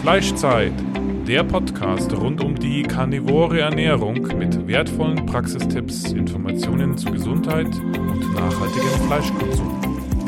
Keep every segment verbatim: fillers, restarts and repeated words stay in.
Fleischzeit, der Podcast rund um die karnivore Ernährung mit wertvollen Praxistipps, Informationen zu Gesundheit und nachhaltigem Fleischkonsum.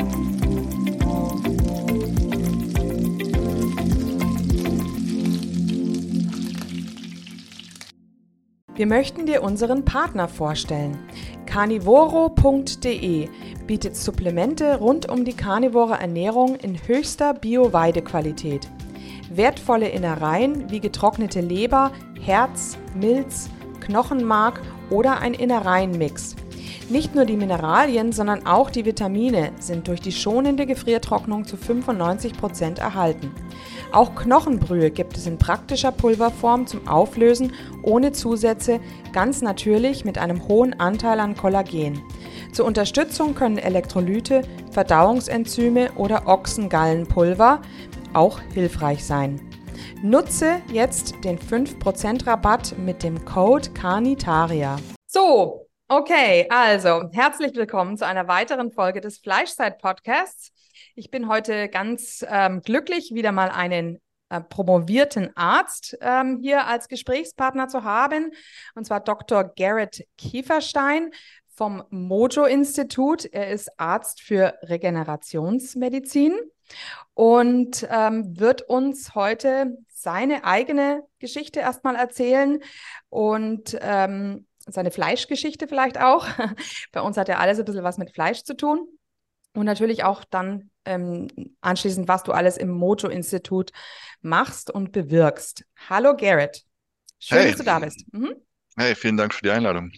Wir möchten dir unseren Partner vorstellen. Carnivoro punkt de bietet Supplemente rund um die karnivore Ernährung in höchster Bio-Weidequalität. Wertvolle Innereien wie getrocknete Leber, Herz, Milz, Knochenmark oder ein Innereienmix. Nicht nur die Mineralien, sondern auch die Vitamine sind durch die schonende Gefriertrocknung zu fünfundneunzig Prozent erhalten. Auch Knochenbrühe gibt es in praktischer Pulverform zum Auflösen, ohne Zusätze, ganz natürlich mit einem hohen Anteil an Kollagen. Zur Unterstützung können Elektrolyte, Verdauungsenzyme oder Ochsengallenpulver auch hilfreich sein. Nutze jetzt den fünf Prozent Rabatt mit dem Code CARNITARIA. So, okay, also herzlich willkommen zu einer weiteren Folge des Fleischzeit-Podcasts. Ich bin heute ganz ähm, glücklich, wieder mal einen äh, promovierten Arzt ähm, hier als Gesprächspartner zu haben, und zwar Doktor Garrett Kieferstein vom Mojo-Institut. Er ist Arzt für Regenerationsmedizin und ähm, wird uns heute seine eigene Geschichte erstmal erzählen und ähm, seine Fleischgeschichte vielleicht auch. Bei uns hat ja alles ein bisschen was mit Fleisch zu tun. Und natürlich auch dann ähm, anschließend, was du alles im Mojo-Institut machst und bewirkst. Hallo Garrett, schön, Hey, dass du da bist. Mhm. hey, vielen Dank für die Einladung.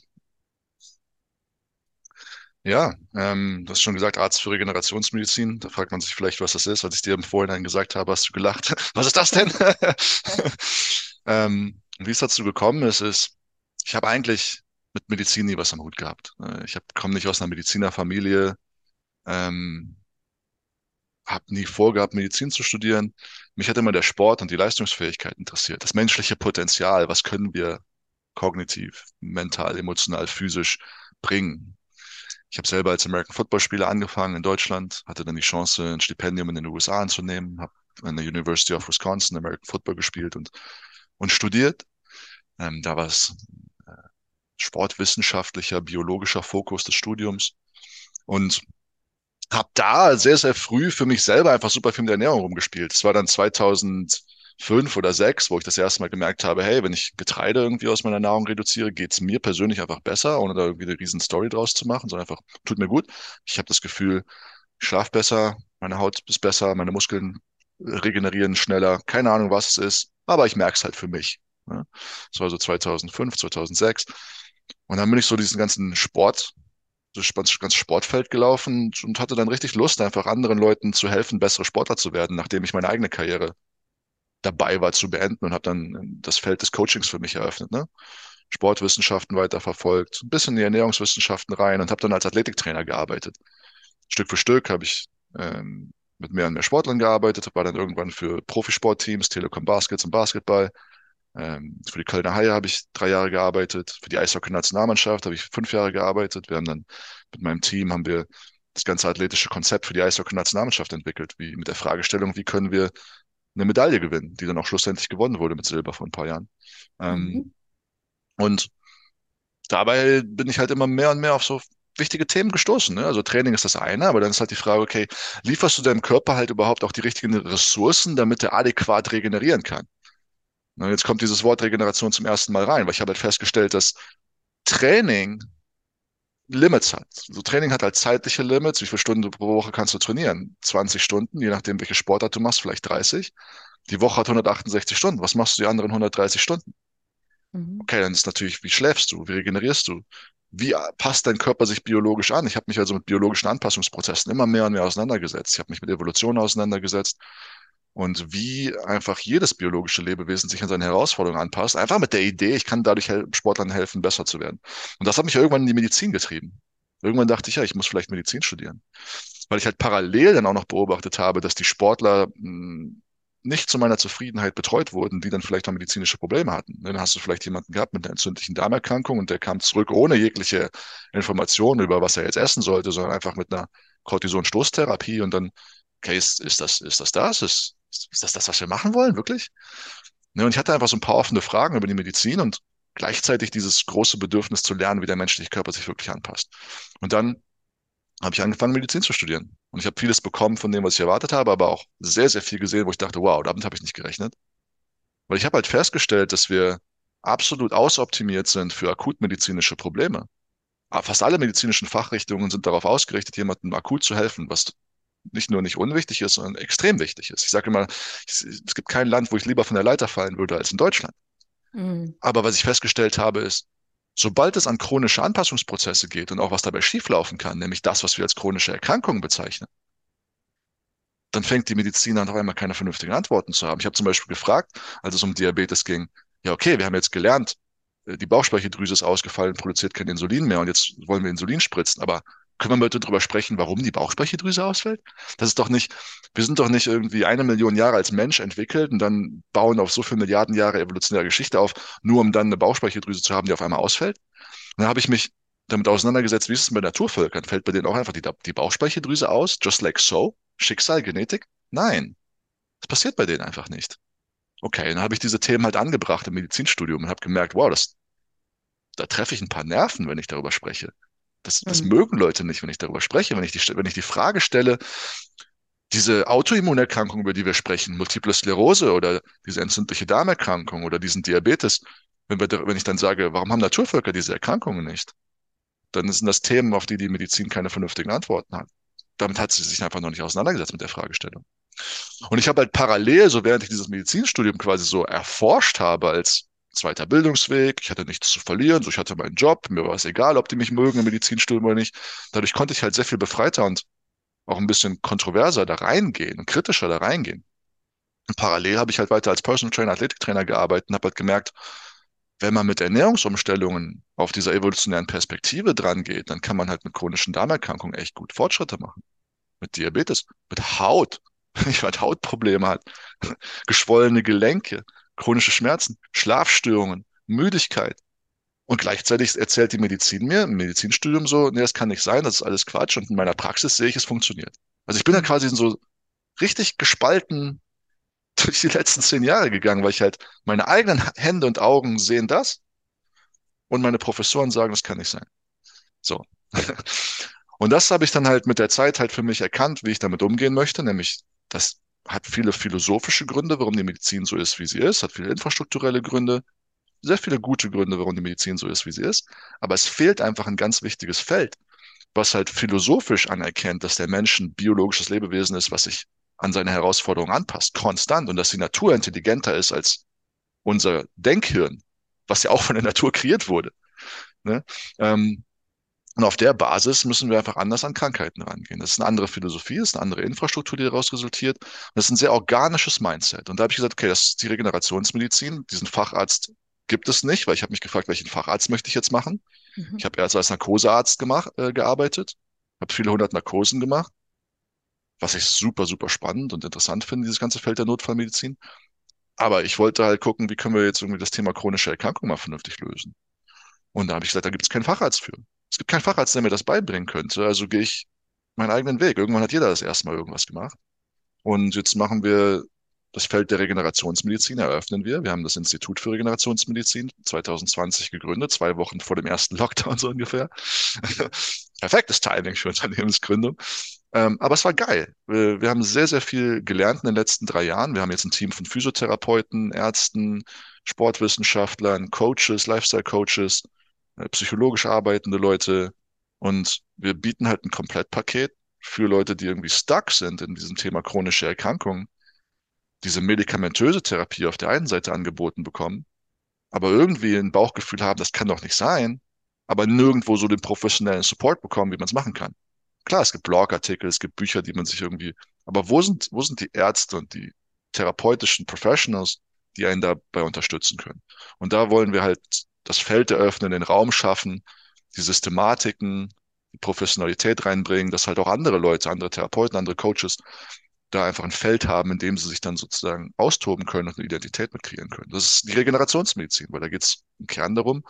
Ja, ähm, du hast schon gesagt, Arzt für Regenerationsmedizin. Da fragt man sich vielleicht, was das ist. Als ich dir im Vorhinein gesagt habe, hast du gelacht. Was ist das denn? ähm, wie es dazu gekommen ist, ist, ich habe eigentlich mit Medizin nie was am Hut gehabt. Äh, Ich hab, komme nicht aus einer Medizinerfamilie, ähm, habe nie vorgehabt, Medizin zu studieren. Mich hat immer der Sport und die Leistungsfähigkeit interessiert. Das menschliche Potenzial. Was können wir kognitiv, mental, emotional, physisch bringen? Ich habe selber als American Football Spieler angefangen in Deutschland, hatte dann die Chance, ein Stipendium in den U S A anzunehmen, habe an der University of Wisconsin American Football gespielt und, und studiert. Ähm, da war es äh, sportwissenschaftlicher, biologischer Fokus des Studiums und habe da sehr, sehr früh für mich selber einfach super viel mit der Ernährung rumgespielt. Es war dann zweitausendfünf oder sechs, wo ich das erste Mal gemerkt habe, hey, wenn ich Getreide irgendwie aus meiner Nahrung reduziere, geht's mir persönlich einfach besser, ohne da irgendwie eine riesen Story draus zu machen, sondern einfach tut mir gut. Ich habe das Gefühl, ich schlafe besser, meine Haut ist besser, meine Muskeln regenerieren schneller, keine Ahnung, was es ist, aber ich merke es halt für mich. Ne? Das war so zweitausendfünf, zweitausendsechs. Und dann bin ich so diesen ganzen Sport das ganze Sportfeld gelaufen und hatte dann richtig Lust, einfach anderen Leuten zu helfen, bessere Sportler zu werden, nachdem ich meine eigene Karriere dabei war zu beenden und habe dann das Feld des Coachings für mich eröffnet, ne? Sportwissenschaften weiterverfolgt, ein bisschen in die Ernährungswissenschaften rein und habe dann als Athletiktrainer gearbeitet. Stück für Stück habe ich ähm, mit mehr und mehr Sportlern gearbeitet, war dann irgendwann für Profisportteams, Telekom Baskets und Basketball. Ähm, für die Kölner Haie habe ich drei Jahre gearbeitet. Für die Eishockey-Nationalmannschaft habe ich fünf Jahre gearbeitet. Wir haben dann mit meinem Team haben wir das ganze athletische Konzept für die Eishockey-Nationalmannschaft entwickelt, wie mit der Fragestellung, wie können wir eine Medaille gewinnen, die dann auch schlussendlich gewonnen wurde mit Silber vor ein paar Jahren. Ähm, Mhm. und dabei bin ich halt immer mehr und mehr auf so wichtige Themen gestoßen. Ne? Also Training ist das eine, aber dann ist halt die Frage, okay, lieferst du deinem Körper halt überhaupt auch die richtigen Ressourcen, damit er adäquat regenerieren kann? Und jetzt kommt dieses Wort Regeneration zum ersten Mal rein, weil ich habe halt festgestellt, dass Training Limits hat. So Training hat halt zeitliche Limits. Wie viele Stunden pro Woche kannst du trainieren? zwanzig Stunden, je nachdem, welche Sportart du machst, vielleicht dreißig. Die Woche hat hundertachtundsechzig Stunden. Was machst du die anderen hundertdreißig Stunden? Mhm. Okay, dann ist natürlich, wie schläfst du? Wie regenerierst du? Wie passt dein Körper sich biologisch an? Ich habe mich also mit biologischen Anpassungsprozessen immer mehr und mehr auseinandergesetzt. Ich habe mich mit Evolution auseinandergesetzt und wie einfach jedes biologische Lebewesen sich an seine Herausforderungen anpasst. Einfach mit der Idee, ich kann dadurch hel Sportlern helfen, besser zu werden. Und das hat mich irgendwann in die Medizin getrieben. Irgendwann dachte ich, ja, ich muss vielleicht Medizin studieren. Weil ich halt parallel dann auch noch beobachtet habe, dass die Sportler mh, nicht zu meiner Zufriedenheit betreut wurden, die dann vielleicht auch medizinische Probleme hatten. Dann hast du vielleicht jemanden gehabt mit einer entzündlichen Darmerkrankung und der kam zurück ohne jegliche Informationen über, was er jetzt essen sollte, sondern einfach mit einer Cortisonstoßtherapie und dann, okay, ist, ist das, ist das das? Ist, ist das das, was wir machen wollen, wirklich? Ne, und ich hatte einfach so ein paar offene Fragen über die Medizin und gleichzeitig dieses große Bedürfnis zu lernen, wie der menschliche Körper sich wirklich anpasst. Und dann habe ich angefangen, Medizin zu studieren. Und ich habe vieles bekommen von dem, was ich erwartet habe, aber auch sehr, sehr viel gesehen, wo ich dachte, wow, damit habe ich nicht gerechnet. Weil ich habe halt festgestellt, dass wir absolut ausoptimiert sind für akutmedizinische Probleme. Aber fast alle medizinischen Fachrichtungen sind darauf ausgerichtet, jemandem akut zu helfen, was nicht nur nicht unwichtig ist, sondern extrem wichtig ist. Ich sage immer, es, es gibt kein Land, wo ich lieber von der Leiter fallen würde als in Deutschland. Mhm. Aber was ich festgestellt habe, ist, sobald es an chronische Anpassungsprozesse geht und auch was dabei schieflaufen kann, nämlich das, was wir als chronische Erkrankungen bezeichnen, dann fängt die Medizin an, auf einmal keine vernünftigen Antworten zu haben. Ich habe zum Beispiel gefragt, als es um Diabetes ging, ja, okay, wir haben jetzt gelernt, äh, die Bauchspeicheldrüse ist ausgefallen, produziert kein Insulin mehr und jetzt wollen wir Insulin spritzen. Aber können wir bitte darüber sprechen, warum die Bauchspeicheldrüse ausfällt? Das ist doch nicht, wir sind doch nicht irgendwie eine Million Jahre als Mensch entwickelt und dann bauen auf so viele Milliarden Jahre evolutionäre Geschichte auf, nur um dann eine Bauchspeicheldrüse zu haben, die auf einmal ausfällt. Und dann habe ich mich damit auseinandergesetzt, wie ist es bei Naturvölkern? Fällt bei denen auch einfach die, die Bauchspeicheldrüse aus? Just like so? Schicksal, Genetik? Nein, das passiert bei denen einfach nicht. Okay, dann habe ich diese Themen halt angebracht im Medizinstudium und habe gemerkt, wow, das, da treffe ich ein paar Nerven, wenn ich darüber spreche. Das, das Mhm. mögen Leute nicht, wenn ich darüber spreche, wenn ich die, wenn ich die Frage stelle, diese Autoimmunerkrankung, über die wir sprechen, Multiple Sklerose oder diese entzündliche Darmerkrankung oder diesen Diabetes, wenn wir, wenn ich dann sage, warum haben Naturvölker diese Erkrankungen nicht? Dann sind das Themen, auf die die Medizin keine vernünftigen Antworten hat. Damit hat sie sich einfach noch nicht auseinandergesetzt mit der Fragestellung. Und ich habe halt parallel, so während ich dieses Medizinstudium quasi so erforscht habe als zweiter Bildungsweg, ich hatte nichts zu verlieren, so ich hatte meinen Job, mir war es egal, ob die mich mögen im Medizinstudium oder nicht. Dadurch konnte ich halt sehr viel befreiter und auch ein bisschen kontroverser da reingehen und kritischer da reingehen. Und parallel habe ich halt weiter als Personal Trainer, Athletiktrainer gearbeitet und habe halt gemerkt, wenn man mit Ernährungsumstellungen auf dieser evolutionären Perspektive dran geht, dann kann man halt mit chronischen Darmerkrankungen echt gut Fortschritte machen. Mit Diabetes, mit Haut. Wenn ich halt Hautprobleme hat, geschwollene Gelenke, chronische Schmerzen, Schlafstörungen, Müdigkeit. Und gleichzeitig erzählt die Medizin mir im Medizinstudium so, nee, das kann nicht sein, das ist alles Quatsch. Und in meiner Praxis sehe ich, es funktioniert. Also ich bin da Mhm. quasi so richtig gespalten durch die letzten zehn Jahre gegangen, weil ich halt meine eigenen Hände und Augen sehen das und meine Professoren sagen, das kann nicht sein. So. Und das habe ich dann halt mit der Zeit halt für mich erkannt, wie ich damit umgehen möchte, nämlich das hat viele philosophische Gründe, warum die Medizin so ist, wie sie ist, hat viele infrastrukturelle Gründe, sehr viele gute Gründe, warum die Medizin so ist, wie sie ist. Aber es fehlt einfach ein ganz wichtiges Feld, was halt philosophisch anerkennt, dass der Mensch ein biologisches Lebewesen ist, was sich an seine Herausforderungen anpasst, konstant, und dass die Natur intelligenter ist als unser Denkhirn, was ja auch von der Natur kreiert wurde. Ne? Ähm, und auf der Basis müssen wir einfach anders an Krankheiten rangehen. Das ist eine andere Philosophie, das ist eine andere Infrastruktur, die daraus resultiert. Und das ist ein sehr organisches Mindset. Und da habe ich gesagt, okay, das ist die Regenerationsmedizin. Diesen Facharzt gibt es nicht, weil ich habe mich gefragt, welchen Facharzt möchte ich jetzt machen. Mhm. Ich habe erst als Narkosearzt gemacht, äh, gearbeitet, habe viele hundert Narkosen gemacht, was ich super, super spannend und interessant finde, dieses ganze Feld der Notfallmedizin. Aber ich wollte halt gucken, wie können wir jetzt irgendwie das Thema chronische Erkrankung mal vernünftig lösen. Und da habe ich gesagt, da gibt es keinen Facharzt für. Es gibt keinen Facharzt, der mir das beibringen könnte. Also gehe ich meinen eigenen Weg. Irgendwann hat jeder das erste Mal irgendwas gemacht. Und jetzt machen wir das Feld der Regenerationsmedizin, eröffnen wir. Wir haben das Institut für Regenerationsmedizin zwanzig zwanzig gegründet, zwei Wochen vor dem ersten Lockdown so ungefähr. Perfektes Timing für Unternehmensgründung. Ähm, aber es war geil. Wir, wir haben sehr, sehr viel gelernt in den letzten drei Jahren. Wir haben jetzt ein Team von Physiotherapeuten, Ärzten, Sportwissenschaftlern, Coaches, Lifestyle-Coaches, äh, psychologisch arbeitende Leute. Und wir bieten halt ein Komplettpaket für Leute, die irgendwie stuck sind in diesem Thema chronische Erkrankungen, diese medikamentöse Therapie auf der einen Seite angeboten bekommen, aber irgendwie ein Bauchgefühl haben, das kann doch nicht sein, aber nirgendwo so den professionellen Support bekommen, wie man es machen kann. Klar, es gibt Blogartikel, es gibt Bücher, die man sich irgendwie, aber wo sind, wo sind die Ärzte und die therapeutischen Professionals, die einen dabei unterstützen können? Und da wollen wir halt das Feld eröffnen, den Raum schaffen, die Systematiken, die Professionalität reinbringen, dass halt auch andere Leute, andere Therapeuten, andere Coaches da einfach ein Feld haben, in dem sie sich dann sozusagen austoben können und eine Identität mit kreieren können. Das ist die Regenerationsmedizin, weil da geht es im Kern darum,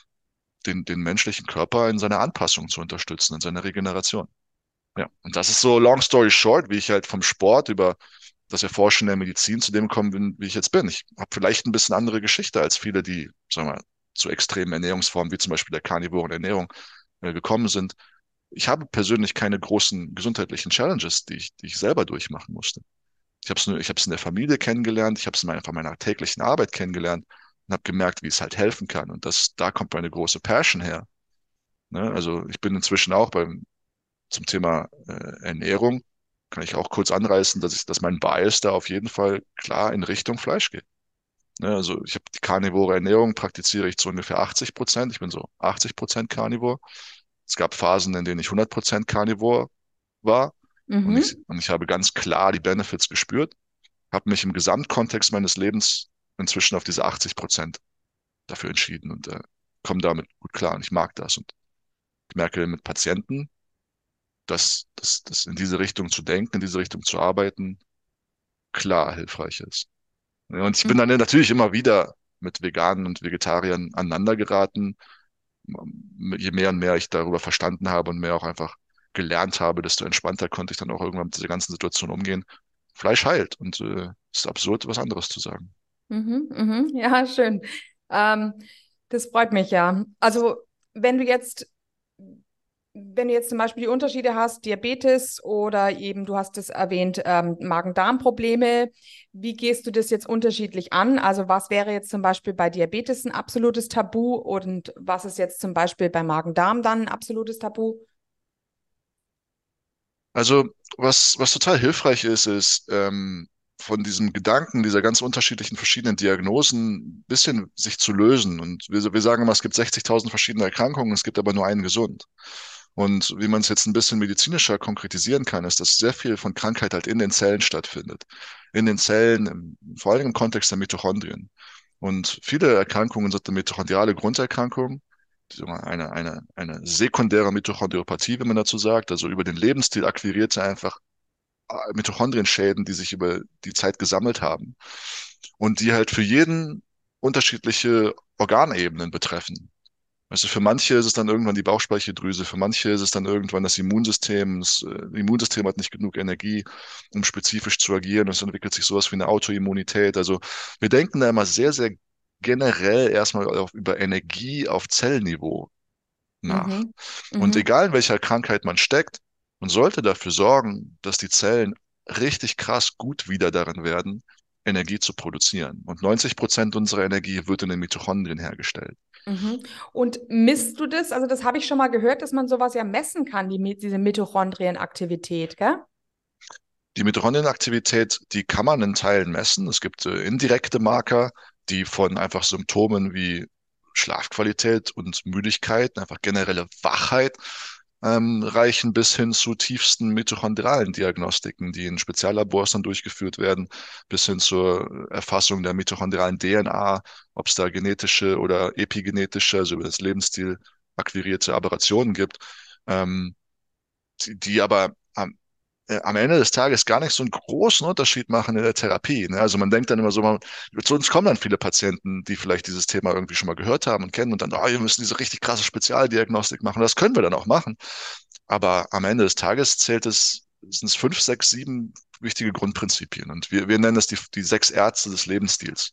den, den menschlichen Körper in seiner Anpassung zu unterstützen, in seiner Regeneration. Ja, und das ist so long story short, wie ich halt vom Sport über das Erforschen der Medizin zu dem gekommen bin, wie ich jetzt bin. Ich habe vielleicht ein bisschen andere Geschichte als viele, die, sagen wir mal, zu extremen Ernährungsformen wie zum Beispiel der karnivoren Ernährung äh, gekommen sind. Ich habe persönlich keine großen gesundheitlichen Challenges, die ich, die ich selber durchmachen musste. Ich habe es nur, ich habe es in der Familie kennengelernt, ich habe es in meiner, von meiner täglichen Arbeit kennengelernt und habe gemerkt, wie es halt helfen kann. Und das, da kommt meine große Passion her. Ne? Also ich bin inzwischen auch beim, zum Thema äh, Ernährung, kann ich auch kurz anreißen, dass ich, dass mein Bias da auf jeden Fall klar in Richtung Fleisch geht. Ne? Also ich habe die karnivore Ernährung praktiziere ich zu ungefähr achtzig Prozent. Ich bin so achtzig Prozent Carnivore. Es gab Phasen, in denen ich hundert Prozent Carnivore war und ich, Mhm. und ich habe ganz klar die Benefits gespürt, habe mich im Gesamtkontext meines Lebens inzwischen auf diese achtzig Prozent dafür entschieden und äh, komme damit gut klar und ich mag das und ich merke mit Patienten, dass dass dass in diese Richtung zu denken, in diese Richtung zu arbeiten, klar hilfreich ist. Ja, und ich bin dann natürlich immer wieder mit Veganen und Vegetariern aneinander geraten. Je mehr und mehr ich darüber verstanden habe und mehr auch einfach gelernt habe, desto entspannter konnte ich dann auch irgendwann mit dieser ganzen Situation umgehen. Fleisch heilt und äh, es ist absurd, was anderes zu sagen. Mhm, mhm. Ja, schön. Ähm, Das freut mich ja. Also, wenn du jetzt, wenn du jetzt zum Beispiel die Unterschiede hast, Diabetes oder eben, du hast es erwähnt, ähm, Magen-Darm-Probleme, wie gehst du das jetzt unterschiedlich an? Also, was wäre jetzt zum Beispiel bei Diabetes ein absolutes Tabu und was ist jetzt zum Beispiel bei Magen-Darm dann ein absolutes Tabu? Also, was, was total hilfreich ist, ist, ähm, von diesem Gedanken dieser ganz unterschiedlichen verschiedenen Diagnosen ein bisschen sich zu lösen. Und wir, wir sagen immer, es gibt sechzigtausend verschiedene Erkrankungen, es gibt aber nur einen gesund. Und wie man es jetzt ein bisschen medizinischer konkretisieren kann, ist, dass sehr viel von Krankheit halt in den Zellen stattfindet. In den Zellen, im, vor allem im Kontext der Mitochondrien. Und viele Erkrankungen sind eine mitochondriale Grunderkrankung, eine, eine, eine sekundäre Mitochondriopathie, wenn man dazu sagt, also über den Lebensstil akquirierte einfach äh, Mitochondrienschäden, die sich über die Zeit gesammelt haben und die halt für jeden unterschiedliche Organebenen betreffen. Also für manche ist es dann irgendwann die Bauchspeicheldrüse, für manche ist es dann irgendwann das Immunsystem. Das äh, Immunsystem hat nicht genug Energie, um spezifisch zu agieren. Es entwickelt sich sowas wie eine Autoimmunität. Also wir denken da immer sehr, sehr generell erstmal auf, über Energie auf Zellniveau nach. Mhm. Und Mhm. egal in welcher Krankheit man steckt, man sollte dafür sorgen, dass die Zellen richtig krass gut wieder darin werden, Energie zu produzieren. Und neunzig Prozent unserer Energie wird in den Mitochondrien hergestellt. Mhm. Und misst du das? Also das habe ich schon mal gehört, dass man sowas ja messen kann, die, Mi- diese Mitochondrienaktivität, gell? Die Mitochondrienaktivität, die kann man in Teilen messen. Es gibt äh, indirekte Marker, die von einfach Symptomen wie Schlafqualität und Müdigkeit, einfach generelle Wachheit ähm, reichen bis hin zu tiefsten mitochondrialen Diagnostiken, die in Speziallabors dann durchgeführt werden, bis hin zur Erfassung der mitochondrialen D N A, ob es da genetische oder epigenetische, also über das Lebensstil akquirierte Aberrationen gibt, ähm, die, die aber am äh, am Ende des Tages gar nicht so einen großen Unterschied machen in der Therapie. Ne? Also man denkt dann immer so, man, zu uns kommen dann viele Patienten, die vielleicht dieses Thema irgendwie schon mal gehört haben und kennen und dann, oh, wir müssen diese richtig krasse Spezialdiagnostik machen. Das können wir dann auch machen. Aber am Ende des Tages zählt es, sind es fünf, sechs, sieben wichtige Grundprinzipien. Und wir, wir nennen das die, die sechs Ärzte des Lebensstils.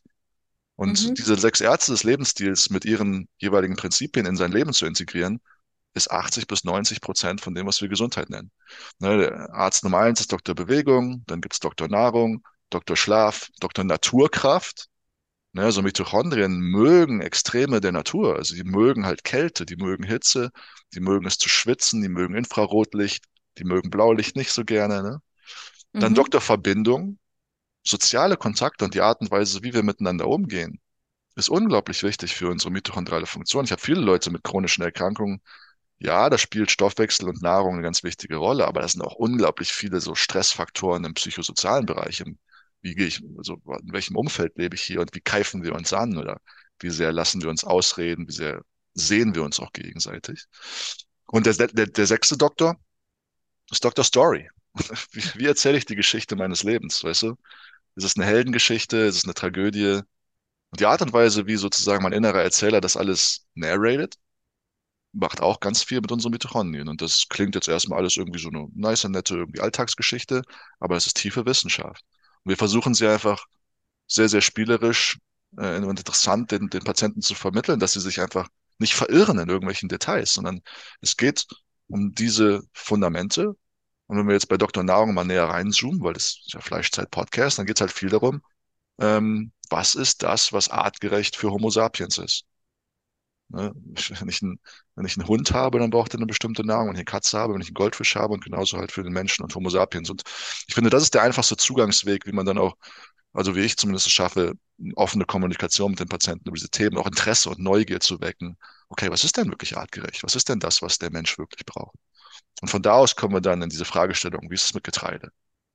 Und Mhm. diese sechs Ärzte des Lebensstils mit ihren jeweiligen Prinzipien in sein Leben zu integrieren, ist achtzig bis neunzig Prozent von dem, was wir Gesundheit nennen. Ne, der Arzt Nummer eins ist Doktor Bewegung, dann gibt's Doktor Nahrung, Doktor Schlaf, Doktor Naturkraft. Ne, also Mitochondrien mögen Extreme der Natur. Also die mögen halt Kälte, die mögen Hitze, die mögen es zu schwitzen, die mögen Infrarotlicht, die mögen Blaulicht nicht so gerne. Ne? Dann Mhm. Doktor Verbindung, soziale Kontakte und die Art und Weise, wie wir miteinander umgehen, ist unglaublich wichtig für unsere mitochondriale Funktion. Ich habe viele Leute mit chronischen Erkrankungen. Ja, da spielt Stoffwechsel und Nahrung eine ganz wichtige Rolle, aber das sind auch unglaublich viele so Stressfaktoren im psychosozialen Bereich. Im, wie gehe ich, also in welchem Umfeld lebe ich hier und wie keifen wir uns an oder wie sehr lassen wir uns ausreden, wie sehr sehen wir uns auch gegenseitig. Und der, der, der sechste Doktor ist Doktor Story. Wie, wie erzähle ich die Geschichte meines Lebens, weißt du? Ist es eine Heldengeschichte? Ist es eine Tragödie? Und die Art und Weise, wie sozusagen mein innerer Erzähler das alles narrated, macht auch ganz viel mit unseren Mitochondrien. Und das klingt jetzt erstmal alles irgendwie so eine nice, nette irgendwie Alltagsgeschichte, aber es ist tiefe Wissenschaft. Und wir versuchen sie einfach sehr, sehr spielerisch äh, und interessant den, den Patienten zu vermitteln, dass sie sich einfach nicht verirren in irgendwelchen Details, sondern es geht um diese Fundamente. Und wenn wir jetzt bei Doktor Nahrung mal näher reinzoomen, weil das ist ja Fleischzeit-Podcast, dann geht es halt viel darum, ähm, was ist das, was artgerecht für Homo sapiens ist. Ne? Wenn ich einen, wenn ich einen Hund habe, dann braucht er eine bestimmte Nahrung. Wenn ich eine Katze habe, wenn ich einen Goldfisch habe und genauso halt für den Menschen und Homo sapiens. Und ich finde, das ist der einfachste Zugangsweg, wie man dann auch, also wie ich zumindest es schaffe, eine offene Kommunikation mit den Patienten über diese Themen, auch Interesse und Neugier zu wecken. Okay, was ist denn wirklich artgerecht? Was ist denn das, was der Mensch wirklich braucht? Und von da aus kommen wir dann in diese Fragestellung, wie ist es mit Getreide?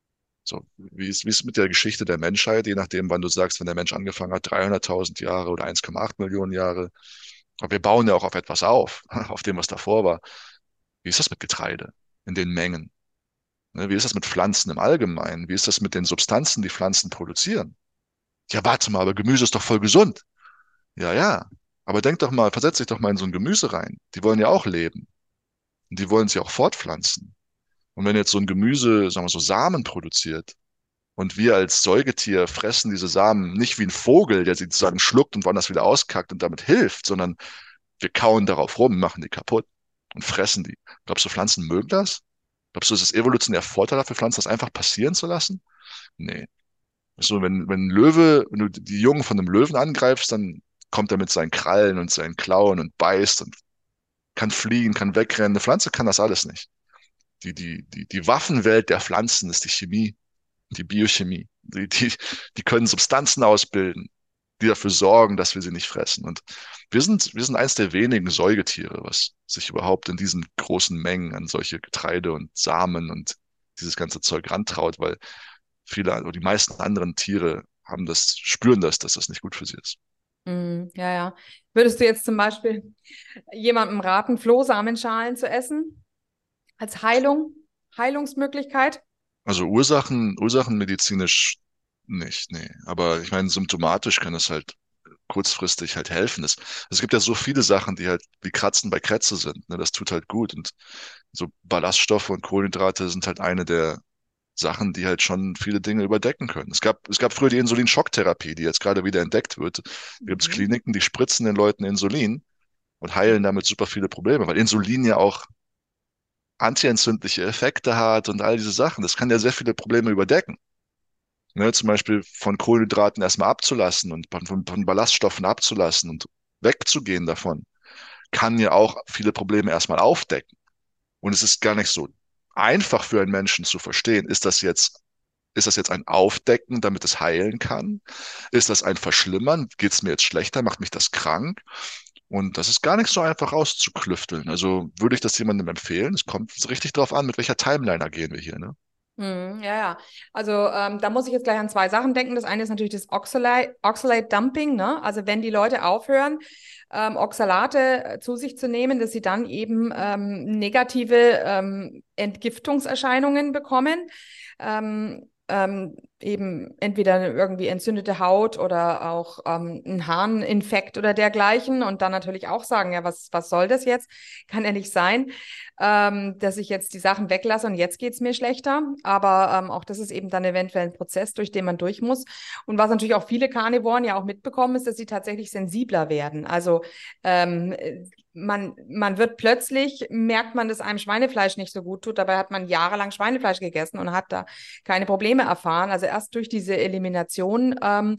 So, wie ist, wie ist es mit der Geschichte der Menschheit, je nachdem, wann du sagst, wenn der Mensch angefangen hat, dreihunderttausend Jahre oder eins Komma acht Millionen Jahre. Aber wir bauen ja auch auf etwas auf, auf dem, was davor war. Wie ist das mit Getreide in den Mengen? Ne, wie ist das mit Pflanzen im Allgemeinen? Wie ist das mit den Substanzen, die Pflanzen produzieren? Ja, warte mal, aber Gemüse ist doch voll gesund. Ja, ja. Aber denk doch mal, versetz dich doch mal in so ein Gemüse rein. Die wollen ja auch leben. Und die wollen sich auch fortpflanzen. Und wenn jetzt so ein Gemüse, sagen wir so, Samen produziert und wir als Säugetier fressen diese Samen nicht wie ein Vogel, der sie sozusagen schluckt und woanders wieder auskackt und damit hilft, sondern wir kauen darauf rum, machen die kaputt und fressen die. Glaubst du, Pflanzen mögen das? Glaubst du, es ist evolutionär vorteilhaft für Pflanzen, das einfach passieren zu lassen? Nee. So, wenn, wenn ein Löwe, wenn du die Jungen von einem Löwen angreifst, dann kommt er mit seinen Krallen und seinen Klauen und beißt und kann fliegen, kann wegrennen. Eine Pflanze kann das alles nicht. Die, die, die, die Waffenwelt der Pflanzen ist die Chemie, die Biochemie. Die, die, die können Substanzen ausbilden, die dafür sorgen, dass wir sie nicht fressen. Und wir sind, wir sind eines der wenigen Säugetiere, was sich überhaupt in diesen großen Mengen an solche Getreide und Samen und dieses ganze Zeug rantraut, weil viele, oder die meisten anderen Tiere haben das, spüren das, dass das nicht gut für sie ist. Mm, ja, ja. Würdest du jetzt zum Beispiel jemandem raten, Flohsamenschalen zu essen als Heilung, Heilungsmöglichkeit? Also Ursachen, ursachenmedizinisch nicht, nee. Aber ich meine, symptomatisch kann es halt kurzfristig halt helfen. Es, es gibt ja so viele Sachen, die halt wie Kratzen bei Krätze sind. Ne? Das tut halt gut. Und so Ballaststoffe und Kohlenhydrate sind halt eine der Sachen, die halt schon viele Dinge überdecken können. Es gab, es gab früher die Insulinschocktherapie, die jetzt gerade wieder entdeckt wird. Da gibt es Mhm. Kliniken, die spritzen den Leuten Insulin und heilen damit super viele Probleme, weil Insulin ja auch antientzündliche Effekte hat und all diese Sachen. Das kann ja sehr viele Probleme überdecken. Ne, zum Beispiel von Kohlenhydraten erstmal abzulassen und von, von, von Ballaststoffen abzulassen und wegzugehen davon, kann ja auch viele Probleme erstmal aufdecken. Und es ist gar nicht so einfach für einen Menschen zu verstehen, ist das jetzt, ist das jetzt ein Aufdecken, damit es heilen kann? Ist das ein Verschlimmern? Geht es mir jetzt schlechter? Macht mich das krank? Und das ist gar nicht so einfach auszuklüfteln. Also würde ich das jemandem empfehlen? Es kommt richtig drauf an, mit welcher Timeline agieren wir hier, ne? Mhm, ja, ja. Also ähm, da muss ich jetzt gleich an zwei Sachen denken. Das eine ist natürlich das Oxalate, Oxalate Dumping, ne? Also wenn die Leute aufhören, ähm, Oxalate äh, zu sich zu nehmen, dass sie dann eben ähm, negative ähm, Entgiftungserscheinungen bekommen. Ähm, ähm, eben entweder irgendwie entzündete Haut oder auch ähm, ein Harninfekt oder dergleichen. Und dann natürlich auch sagen, ja, was, was soll das jetzt? Kann ja nicht sein, ähm, dass ich jetzt die Sachen weglasse und jetzt geht es mir schlechter. Aber ähm, auch das ist eben dann eventuell ein Prozess, durch den man durch muss. Und was natürlich auch viele Karnivoren ja auch mitbekommen, ist, dass sie tatsächlich sensibler werden. Also ähm, man, man wird plötzlich, merkt man, dass einem Schweinefleisch nicht so gut tut. Dabei hat man jahrelang Schweinefleisch gegessen und hat da keine Probleme erfahren. Also erst durch diese Elimination ähm,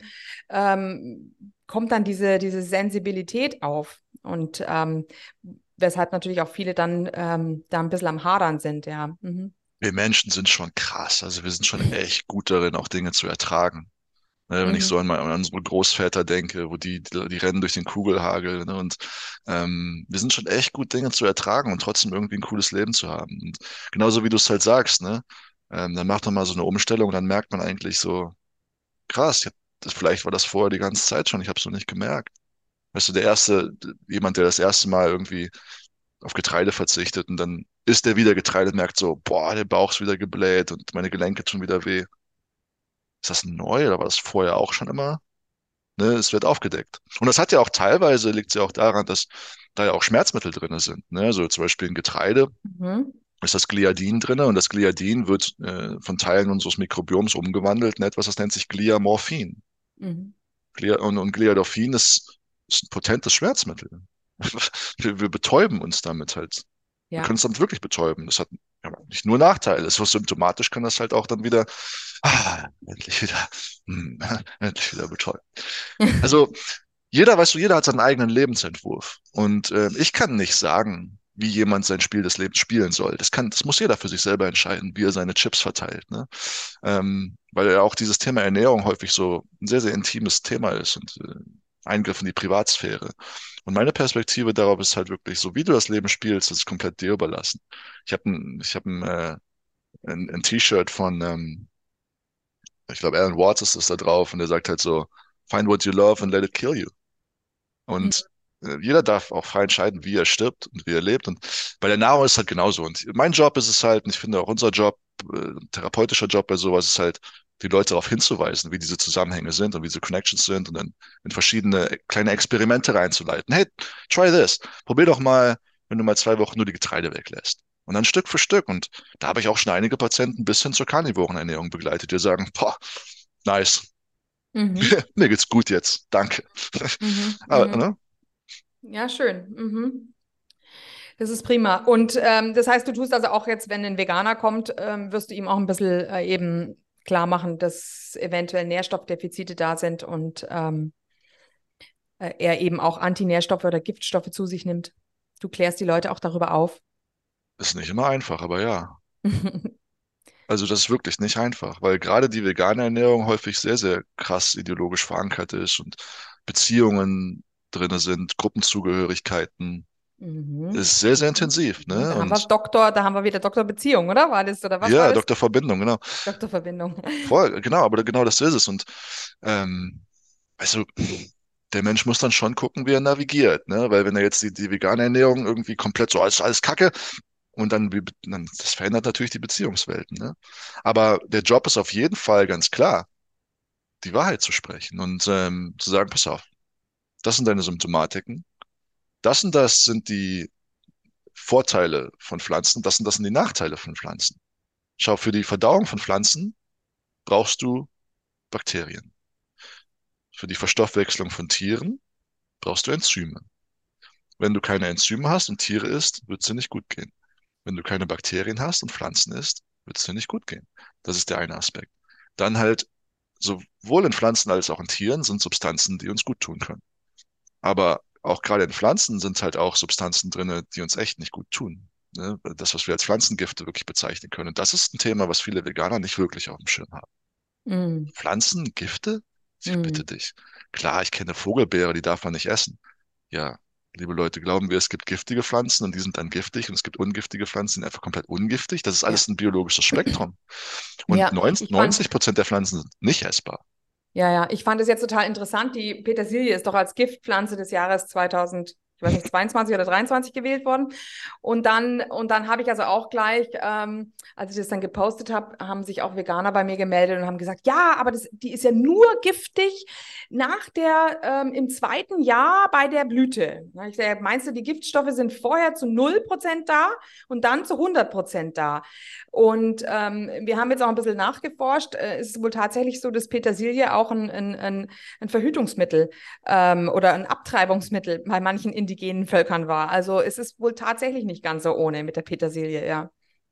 ähm, kommt dann diese, diese Sensibilität auf. Und ähm, weshalb natürlich auch viele dann ähm, da ein bisschen am Hadern sind, ja. Mhm. Wir Menschen sind schon krass. Also wir sind schon echt gut darin, auch Dinge zu ertragen. Ne, wenn ich so Mhm. an, meine, an unsere Großväter denke, wo die, die, die rennen durch den Kugelhagel, ne, und ähm, wir sind schon echt gut, Dinge zu ertragen und trotzdem irgendwie ein cooles Leben zu haben. Und genauso wie du es halt sagst, ne, ähm, dann macht man mal so eine Umstellung und dann merkt man eigentlich so, krass, ich hab, das, vielleicht war das vorher die ganze Zeit schon, ich habe es noch nicht gemerkt. Weißt du, der erste, jemand, der das erste Mal irgendwie auf Getreide verzichtet und dann isst er wieder Getreide und merkt so, boah, der Bauch ist wieder gebläht und meine Gelenke tun wieder weh. Ist das neu oder war das vorher auch schon immer? Ne, es wird aufgedeckt. Und das hat ja auch teilweise, liegt es ja auch daran, dass da ja auch Schmerzmittel drin sind. Ne? Also zum Beispiel in Getreide Mhm. ist das Gliadin drin und das Gliadin wird äh, von Teilen unseres Mikrobioms umgewandelt in etwas, das nennt sich Gliamorphin. Mhm. Glia und, und Gliadorphin ist, ist ein potentes Schmerzmittel. Wir, wir betäuben uns damit halt. Wir können Ja. uns damit wirklich betäuben. Das hat ja, nicht nur Nachteile. So symptomatisch kann das halt auch dann wieder, ah, endlich wieder, hm, endlich wieder betäuben. Also jeder, weißt du, jeder hat seinen eigenen Lebensentwurf. Und äh, ich kann nicht sagen, wie jemand sein Spiel des Lebens spielen soll. Das kann, das muss jeder für sich selber entscheiden, wie er seine Chips verteilt, ne? Ähm, weil ja auch dieses Thema Ernährung häufig so ein sehr, sehr intimes Thema ist und äh, Eingriff in die Privatsphäre. Und meine Perspektive darauf ist halt wirklich, so wie du das Leben spielst, das ist komplett dir überlassen. Ich habe ein, ich habe ein, äh, ein, ein T-Shirt von, ähm, ich glaube, Alan Watts ist das da drauf und der sagt halt so, find what you love and let it kill you. Und äh, jeder darf auch frei entscheiden, wie er stirbt und wie er lebt. Und bei der Nahrung ist es halt genauso. Und mein Job ist es halt, und ich finde auch unser Job, äh, therapeutischer Job bei sowas ist halt, die Leute darauf hinzuweisen, wie diese Zusammenhänge sind und wie diese Connections sind und dann in verschiedene kleine Experimente reinzuleiten. Hey, try this. Probier doch mal, wenn du mal zwei Wochen nur die Getreide weglässt. Und dann Stück für Stück. Und da habe ich auch schon einige Patienten bis hin zur Karnivorenernährung begleitet, die sagen, boah, nice. Mhm. Mir geht's gut jetzt. Danke. Mhm. Aber, Mhm. ne? Ja, schön. Mhm. Das ist prima. Und ähm, das heißt, du tust also auch jetzt, wenn ein Veganer kommt, ähm, wirst du ihm auch ein bisschen äh, eben klar machen, dass eventuell Nährstoffdefizite da sind und ähm, äh, er eben auch Antinährstoffe oder Giftstoffe zu sich nimmt. Du klärst die Leute auch darüber auf. Ist nicht immer einfach, aber ja. Also das ist wirklich nicht einfach, weil gerade die vegane Ernährung häufig sehr, sehr krass ideologisch verankert ist und Beziehungen drinne sind, Gruppenzugehörigkeiten. Mhm. Ist sehr, sehr Mhm. intensiv, Mhm. ne? Da haben wir Und Doktor, da haben wir wieder Doktorbeziehung, oder? War das, oder was war ja, das? Doktor Verbindung, genau. Doktorverbindung. Voll, genau, aber genau das ist es. Und ähm, also der Mensch muss dann schon gucken, wie er navigiert, ne? Weil wenn er jetzt die, die vegane Ernährung irgendwie komplett so alles, alles Kacke und dann, wie- dann, das verändert natürlich die Beziehungswelten, ne? Aber der Job ist auf jeden Fall ganz klar, die Wahrheit zu sprechen und ähm, zu sagen, pass auf, das sind deine Symptomatiken, das und das sind die Vorteile von Pflanzen, das und das sind die Nachteile von Pflanzen. Schau, für die Verdauung von Pflanzen brauchst du Bakterien. Für die Verstoffwechslung von Tieren brauchst du Enzyme. Wenn du keine Enzyme hast und Tiere isst, wird es dir nicht gut gehen. Wenn du keine Bakterien hast und Pflanzen isst, wird es dir nicht gut gehen. Das ist der eine Aspekt. Dann halt, sowohl in Pflanzen als auch in Tieren sind Substanzen, die uns gut tun können. Aber auch gerade in Pflanzen sind halt auch Substanzen drin, die uns echt nicht gut tun. Ne? Das, was wir als Pflanzengifte wirklich bezeichnen können. Und das ist ein Thema, was viele Veganer nicht wirklich auf dem Schirm haben. Mhm. Pflanzengifte? Ja, bitte Mhm. dich. Klar, ich kenne Vogelbeere, die darf man nicht essen. Ja, liebe Leute, glauben wir, es gibt giftige Pflanzen und die sind dann giftig und es gibt ungiftige Pflanzen, die sind einfach komplett ungiftig. Das ist Ja. alles ein biologisches Spektrum. Und Ja, ich fand, neunzig Prozent der Pflanzen sind nicht essbar. ja, ja, ich fand es jetzt total interessant. Die Petersilie ist doch als Giftpflanze des Jahres zweitausend, ich weiß nicht, zweiundzwanzig oder dreiundzwanzig gewählt worden. Und dann, und dann habe ich also auch gleich, ähm, als ich das dann gepostet habe, haben sich auch Veganer bei mir gemeldet und haben gesagt, ja, aber das, die ist ja nur giftig nach der, ähm, im zweiten Jahr bei der Blüte. Na, ich sage, meinst du, die Giftstoffe sind vorher zu null Prozent da und dann zu hundert Prozent da? Und ähm, wir haben jetzt auch ein bisschen nachgeforscht. Äh, es ist wohl tatsächlich so, dass Petersilie auch ein, ein, ein, ein Verhütungsmittel ähm, oder ein Abtreibungsmittel bei manchen indigenen Völkern war. Also es ist wohl tatsächlich nicht ganz so ohne mit der Petersilie, ja.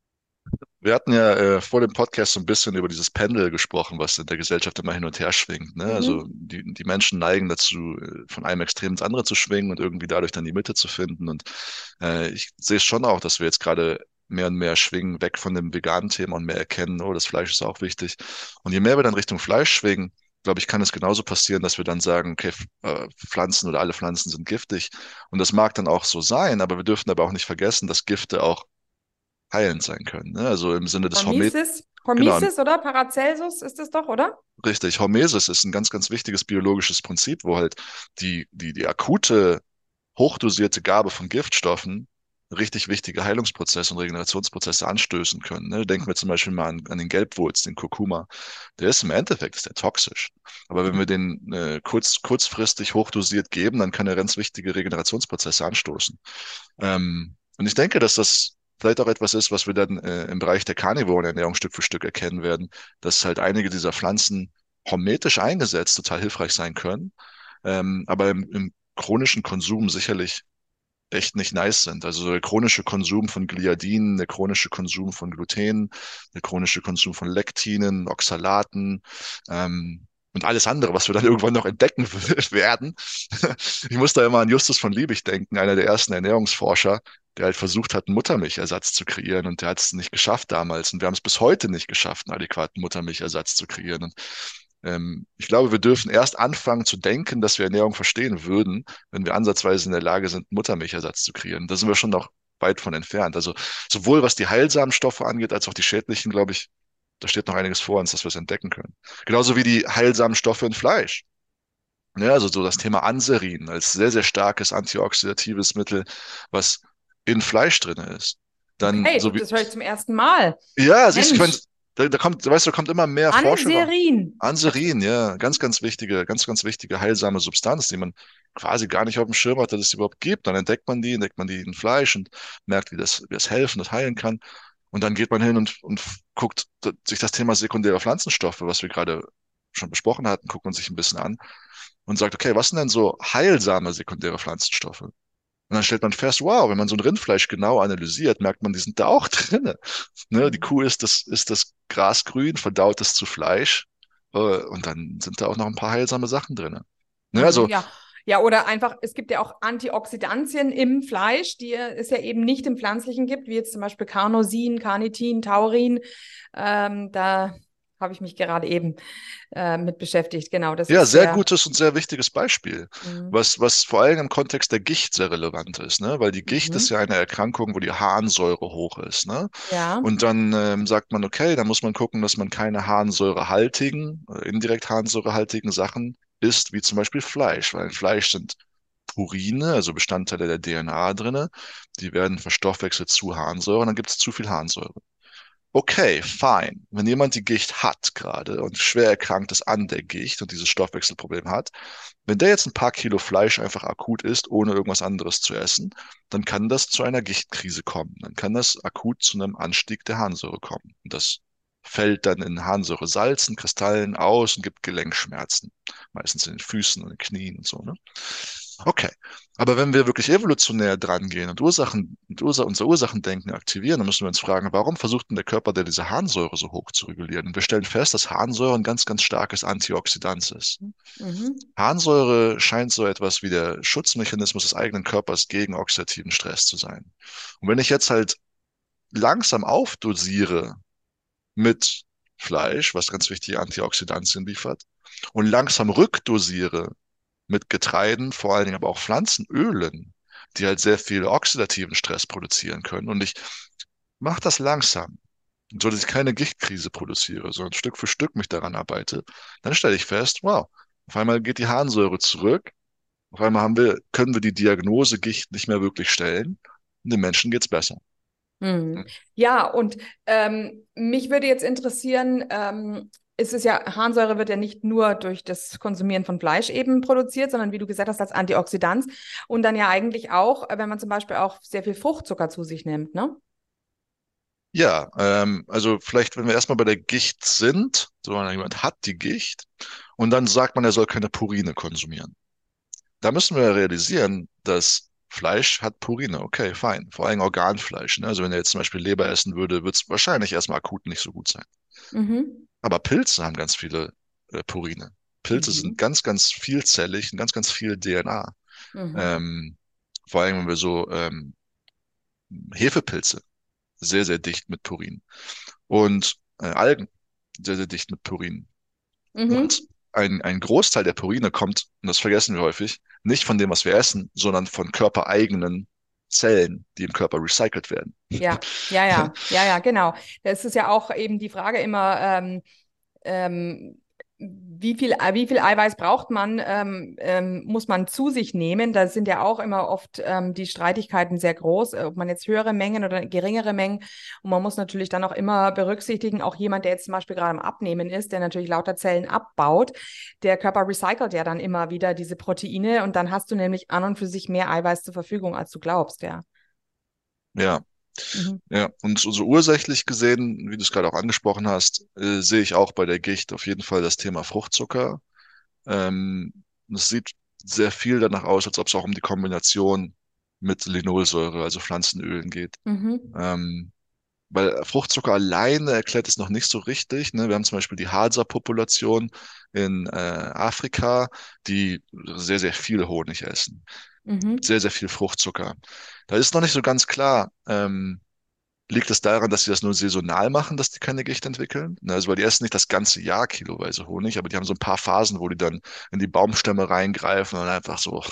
Wir hatten ja äh, vor dem Podcast so ein bisschen über dieses Pendel gesprochen, was in der Gesellschaft immer hin und her schwingt. Ne? Also Mhm. die, die Menschen neigen dazu, äh, von einem Extrem ins andere zu schwingen und irgendwie dadurch dann die Mitte zu finden. Und äh, ich sehe schon auch, dass wir jetzt gerade mehr und mehr schwingen, weg von dem veganen Thema und mehr erkennen, oh, das Fleisch ist auch wichtig. Und je mehr wir dann Richtung Fleisch schwingen, glaube ich, kann es genauso passieren, dass wir dann sagen, okay, F- äh, Pflanzen oder alle Pflanzen sind giftig. Und das mag dann auch so sein, aber wir dürfen aber auch nicht vergessen, dass Gifte auch heilend sein können. Ne? Also im Sinne des Hormet, Hormesis, genau, Hormesis oder Paracelsus ist es doch, oder? richtig. Hormesis ist ein ganz, ganz wichtiges biologisches Prinzip, wo halt die, die, die akute, hochdosierte Gabe von Giftstoffen richtig wichtige Heilungsprozesse und Regenerationsprozesse anstößen können. Ne? Denken wir zum Beispiel mal an, an den Gelbwurz, den Kurkuma. Der ist im Endeffekt ist der toxisch. Aber wenn wir den äh, kurz, kurzfristig hochdosiert geben, dann kann er ganz wichtige Regenerationsprozesse anstoßen. Ähm, und ich denke, dass das vielleicht auch etwas ist, was wir dann äh, im Bereich der karnivoren Ernährung Stück für Stück erkennen werden, dass halt einige dieser Pflanzen hormetisch eingesetzt total hilfreich sein können, ähm, aber im, im chronischen Konsum sicherlich echt nicht nice sind. Also der chronische Konsum von Gliadinen, der chronische Konsum von Gluten, der chronische Konsum von Lektinen, Oxalaten, ähm, und alles andere, was wir dann irgendwann noch entdecken werden. Ich muss da immer an Justus von Liebig denken, einer der ersten Ernährungsforscher, der halt versucht hat, einen Muttermilchersatz zu kreieren, und der hat es nicht geschafft damals. Und wir haben es bis heute nicht geschafft, einen adäquaten Muttermilchersatz zu kreieren. Und ähm, ich glaube, wir dürfen erst anfangen zu denken, dass wir Ernährung verstehen würden, wenn wir ansatzweise in der Lage sind, einen Muttermilchersatz zu kreieren. Da sind wir schon noch weit von entfernt. Also sowohl was die heilsamen Stoffe angeht, als auch die schädlichen, glaube ich, da steht noch einiges vor uns, dass wir es entdecken können. Genauso wie die heilsamen Stoffe in Fleisch. Ja, also so das Thema Anserin als sehr, sehr starkes antioxidatives Mittel, was in Fleisch drin ist. Dann Okay, du, so wie, das höre ich zum ersten Mal. ja, siehst du, ich mein, Mensch, da, da kommt, weißt du, da kommt immer mehr Forschung auch. Anserin. Anserin, ja, ganz, ganz wichtige, ganz, ganz wichtige heilsame Substanz, die man quasi gar nicht auf dem Schirm hat, dass es die überhaupt gibt. Dann entdeckt man die, entdeckt man die in Fleisch und merkt, wie das, wie das helfen, das heilen kann. Und dann geht man hin und, und guckt sich das Thema sekundäre Pflanzenstoffe, was wir gerade schon besprochen hatten, guckt man sich ein bisschen an und sagt, okay, was sind denn so heilsame sekundäre Pflanzenstoffe? Und dann stellt man fest, wow, wenn man so ein Rindfleisch genau analysiert, merkt man, die sind da auch drinne. Ne, die Kuh isst das, isst das Grasgrün, verdaut es zu Fleisch, äh, und dann sind da auch noch ein paar heilsame Sachen drinne. Ne, Mhm, also, ja. Ja, oder einfach, es gibt ja auch Antioxidantien im Fleisch, die es ja eben nicht im Pflanzlichen gibt, wie jetzt zum Beispiel Carnosin, Carnitin, Taurin. Ähm, da habe ich mich gerade eben äh, mit beschäftigt. Genau, das ja, ist sehr sehr. gutes und sehr wichtiges Beispiel, Mhm. was, was vor allem im Kontext der Gicht sehr relevant ist, ne? Weil die Gicht ist Mhm. ja eine Erkrankung, wo die Harnsäure hoch ist, ne? Ja. Und dann ähm, sagt man, okay, da muss man gucken, dass man keine harnsäurehaltigen, äh, indirekt harnsäurehaltigen Sachen isst, wie zum Beispiel Fleisch, weil in Fleisch sind Purine, also Bestandteile der D N A drinne, die werden verstoffwechselt zu Harnsäure und dann gibt es zu viel Harnsäure. Okay, fine. Wenn jemand die Gicht hat gerade und schwer erkrankt ist an der Gicht und dieses Stoffwechselproblem hat, wenn der jetzt ein paar Kilo Fleisch einfach akut isst, ohne irgendwas anderes zu essen, dann kann das zu einer Gichtkrise kommen. Dann kann das akut zu einem Anstieg der Harnsäure kommen. Und das fällt dann in Harnsäuresalzen, Kristallen aus und gibt Gelenkschmerzen. Meistens in den Füßen und den Knien und so, ne? Okay. Aber wenn wir wirklich evolutionär dran gehen und Ursachen, und Ursa unser Ursachendenken aktivieren, dann müssen wir uns fragen, warum versucht denn der Körper denn diese Harnsäure so hoch zu regulieren? Und wir stellen fest, dass Harnsäure ein ganz, ganz starkes Antioxidant ist. Mhm. Harnsäure scheint so etwas wie der Schutzmechanismus des eigenen Körpers gegen oxidativen Stress zu sein. Und wenn ich jetzt halt langsam aufdosiere mit Fleisch, was ganz wichtige Antioxidantien liefert, und langsam rückdosiere mit Getreiden, vor allen Dingen aber auch Pflanzenölen, die halt sehr viel oxidativen Stress produzieren können. Und ich mache das langsam, so dass ich keine Gichtkrise produziere, sondern Stück für Stück mich daran arbeite. Dann stelle ich fest, wow, auf einmal geht die Harnsäure zurück. Auf einmal haben wir, können wir die Diagnose Gicht nicht mehr wirklich stellen. Und den Menschen geht's besser. Mhm. Ja, und ähm, mich würde jetzt interessieren, ähm, es ist ja, Harnsäure wird ja nicht nur durch das Konsumieren von Fleisch eben produziert, sondern wie du gesagt hast, als Antioxidant und dann ja eigentlich auch, äh, wenn man zum Beispiel auch sehr viel Fruchtzucker zu sich nimmt, ne? Ja, ähm, also vielleicht, wenn wir erstmal bei der Gicht sind, so jemand hat die Gicht und dann sagt man, er soll keine Purine konsumieren. Da müssen wir realisieren, dass Fleisch hat Purine. Okay, fein. Vor allem Organfleisch. Ne? Also wenn er jetzt zum Beispiel Leber essen würde, wird es wahrscheinlich erstmal akut nicht so gut sein. Mhm. Aber Pilze haben ganz viele äh, Purine. Pilze sind Mhm. ganz, ganz vielzellig und ganz, ganz viel D N A. Mhm. Ähm, vor allem, wenn wir so ähm, Hefepilze, sehr, sehr dicht mit Purin. Und äh, Algen, sehr, sehr dicht mit Purin. Und Mhm. ein, ein Großteil der Purine kommt, und das vergessen wir häufig, nicht von dem, was wir essen, sondern von körpereigenen Zellen, die im Körper recycelt werden. Ja, ja, ja, ja, ja, genau. Das ist ja auch eben die Frage immer, ähm, ähm, wie viel, wie viel Eiweiß braucht man, ähm, ähm, muss man zu sich nehmen? Da sind ja auch immer oft ähm, die Streitigkeiten sehr groß, äh, ob man jetzt höhere Mengen oder geringere Mengen. Und man muss natürlich dann auch immer berücksichtigen, auch jemand, der jetzt zum Beispiel gerade am Abnehmen ist, der natürlich lauter Zellen abbaut, der Körper recycelt ja dann immer wieder diese Proteine und dann hast du nämlich an und für sich mehr Eiweiß zur Verfügung, als du glaubst, ja. Ja, Mhm. Ja, und so, so ursächlich gesehen, wie du es gerade auch angesprochen hast, äh, sehe ich auch bei der Gicht auf jeden Fall das Thema Fruchtzucker. Ähm, Es sieht sehr viel danach aus, als ob es auch um die Kombination mit Linolsäure, also Pflanzenölen geht. Mhm. Ähm, Weil Fruchtzucker alleine erklärt es noch nicht so richtig. Ne? Wir haben zum Beispiel die Hadza-Population in äh, Afrika, die sehr, sehr viel Honig essen. Mhm. Sehr, sehr viel Fruchtzucker. Da ist noch nicht so ganz klar, ähm, liegt es daran, dass sie das nur saisonal machen, dass die keine Gicht entwickeln? Ne, also weil die essen nicht das ganze Jahr kiloweise Honig, aber die haben so ein paar Phasen, wo die dann in die Baumstämme reingreifen und einfach so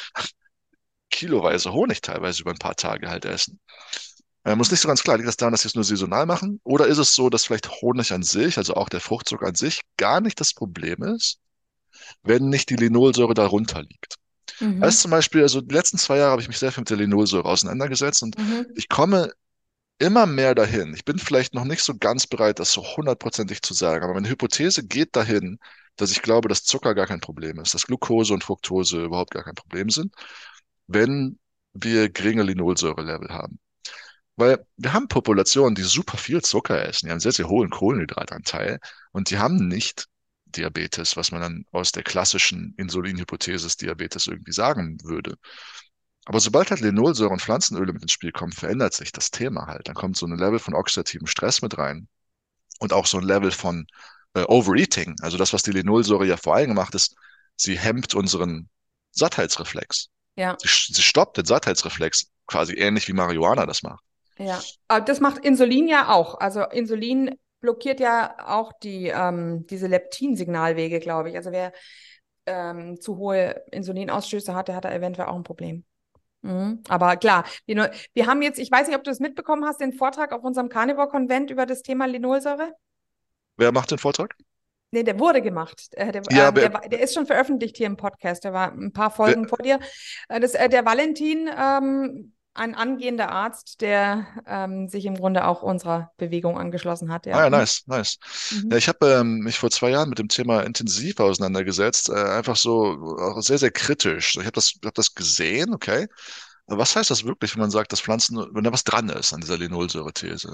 kiloweise Honig teilweise über ein paar Tage halt essen. Äh, muss nicht so ganz klar, liegt das daran, dass sie es nur saisonal machen? Oder ist es so, dass vielleicht Honig an sich, also auch der Fruchtzucker an sich, gar nicht das Problem ist, wenn nicht die Linolsäure darunter liegt? Als Mhm. zum Beispiel, also die letzten zwei Jahre habe ich mich sehr viel mit der Linolsäure auseinandergesetzt und Mhm. ich komme immer mehr dahin. Ich bin vielleicht noch nicht so ganz bereit, das so hundertprozentig zu sagen, aber meine Hypothese geht dahin, dass ich glaube, dass Zucker gar kein Problem ist, dass Glucose und Fructose überhaupt gar kein Problem sind, wenn wir geringe Linolsäurelevel haben. Weil wir haben Populationen, die super viel Zucker essen, die haben einen sehr, sehr hohen Kohlenhydratanteil und die haben nicht Diabetes, was man dann aus der klassischen Insulinhypothese des Diabetes irgendwie sagen würde. Aber sobald halt Linolsäure und Pflanzenöle mit ins Spiel kommen, verändert sich das Thema halt. Dann kommt so ein Level von oxidativem Stress mit rein und auch so ein Level von äh, Overeating. Also das, was die Linolsäure ja vor allem macht, ist, sie hemmt unseren Sattheitsreflex. Ja, Sie, sie stoppt den Sattheitsreflex, quasi ähnlich wie Marihuana das macht. ja. Aber das macht Insulin ja auch. Also Insulin blockiert ja auch die, ähm, diese Leptin-Signalwege, glaube ich. Also wer ähm, zu hohe Insulinausstöße hat, der hat da eventuell auch ein Problem. Mhm. Aber klar, wir, wir haben jetzt, ich weiß nicht, ob du es mitbekommen hast, den Vortrag auf unserem Carnivore-Konvent über das Thema Linolsäure. Wer macht den Vortrag? Nee, der wurde gemacht. Äh, der, Ja, ähm, wer, der, war- der ist schon veröffentlicht hier im Podcast. Der war ein paar wer, Folgen vor dir. Äh, das, äh, der Valentin, ähm, ein angehender Arzt, der ähm, sich im Grunde auch unserer Bewegung angeschlossen hat. ah Ja. ja, Mhm. nice, nice. Ja, Mhm. ich habe ähm, mich vor zwei Jahren mit dem Thema intensiv auseinandergesetzt, äh, einfach so auch sehr, sehr kritisch. Ich habe das, hab das gesehen, okay. Aber was heißt das wirklich, wenn man sagt, dass Pflanzen, wenn da was dran ist an dieser Linolsäure-These?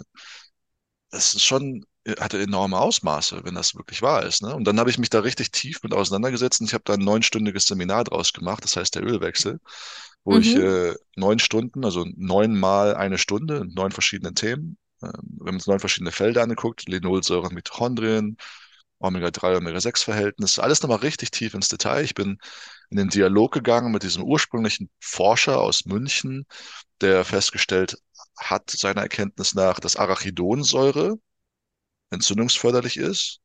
Das ist schon, äh, hatte enorme Ausmaße, wenn das wirklich wahr ist, ne? Und dann habe ich mich da richtig tief mit auseinandergesetzt und ich habe da ein neunstündiges Seminar draus gemacht, das heißt der Ölwechsel, wo ich Mhm. äh, neun Stunden, also neunmal eine Stunde in neun verschiedenen Themen, ähm, wenn man uns neun verschiedene Felder anguckt, Linolsäure, Mitochondrien, Omega drei, Omega sechs Verhältnis, alles nochmal richtig tief ins Detail. Ich bin in den Dialog gegangen mit diesem ursprünglichen Forscher aus München, der festgestellt hat, seiner Erkenntnis nach, dass Arachidonsäure entzündungsförderlich ist,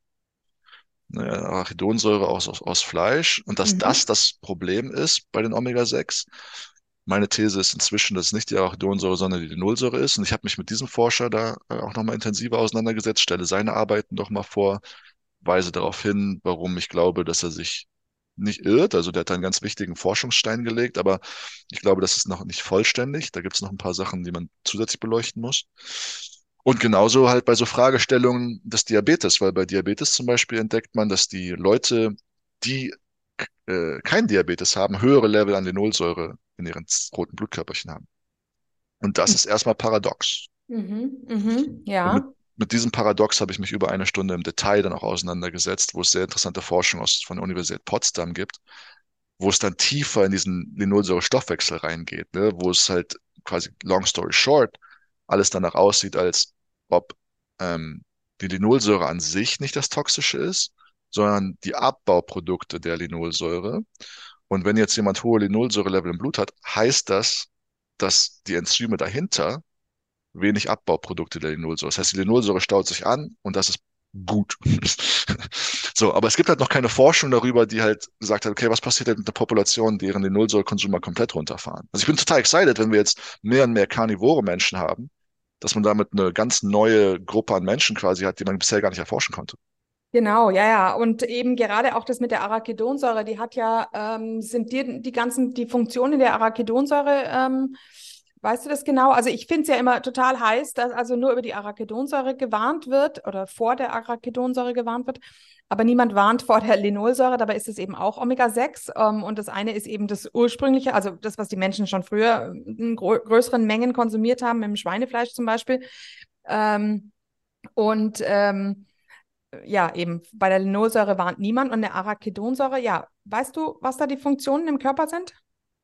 ne, Arachidonsäure aus, aus, aus Fleisch und dass das Mhm. das Problem ist bei den Omega sechs. Meine These ist inzwischen, dass es nicht die Arachidonsäure, sondern die Linolsäure ist. Und ich habe mich mit diesem Forscher da äh, auch nochmal intensiver auseinandergesetzt, stelle seine Arbeiten doch mal vor, weise darauf hin, warum ich glaube, dass er sich nicht irrt. Also der hat da einen ganz wichtigen Forschungsstein gelegt, aber ich glaube, das ist noch nicht vollständig. Da gibt es noch ein paar Sachen, die man zusätzlich beleuchten muss. Und genauso halt bei so Fragestellungen des Diabetes, weil bei Diabetes zum Beispiel entdeckt man, dass die Leute, die äh, kein Diabetes haben, höhere Level an Linolsäure in ihren roten Blutkörperchen haben. Und das ist erstmal paradox. Mhm. Mhm. Und mit, Ja. mit diesem Paradox habe ich mich über eine Stunde im Detail dann auch auseinandergesetzt, wo es sehr interessante Forschung aus, von der Universität Potsdam gibt, wo es dann tiefer in diesen Linolsäure-Stoffwechsel reingeht, ne? Wo es halt quasi, long story short, alles danach aussieht, als ob ähm, die Linolsäure an sich nicht das Toxische ist, sondern die Abbauprodukte der Linolsäure. Und wenn jetzt jemand hohe Linolsäurelevel im Blut hat, heißt das, dass die Enzyme dahinter wenig Abbauprodukte der Linolsäure. Das heißt, die Linolsäure staut sich an und das ist gut. So, aber es gibt halt noch keine Forschung darüber, die halt gesagt hat, okay, was passiert denn mit der Population, deren Linolsäurekonsum mal komplett runterfahren? Also ich bin total excited, wenn wir jetzt mehr und mehr karnivore Menschen haben, dass man damit eine ganz neue Gruppe an Menschen quasi hat, die man bisher gar nicht erforschen konnte. Genau, ja, ja. Und eben gerade auch das mit der Arachidonsäure, die hat ja, ähm, sind dir die ganzen, die Funktionen der Arachidonsäure ähm, Weißt du das genau? Also ich finde es ja immer total heiß, dass also nur über die Arachidonsäure gewarnt wird oder vor der Arachidonsäure gewarnt wird, aber niemand warnt vor der Linolsäure. Dabei ist es eben auch Omega sechs ähm, und das eine ist eben das ursprüngliche, also das, was die Menschen schon früher in grö größeren Mengen konsumiert haben, im Schweinefleisch zum Beispiel. Ähm, und ähm, ja, eben bei der Linolsäure warnt niemand und der Arachidonsäure, ja, weißt du, was da die Funktionen im Körper sind?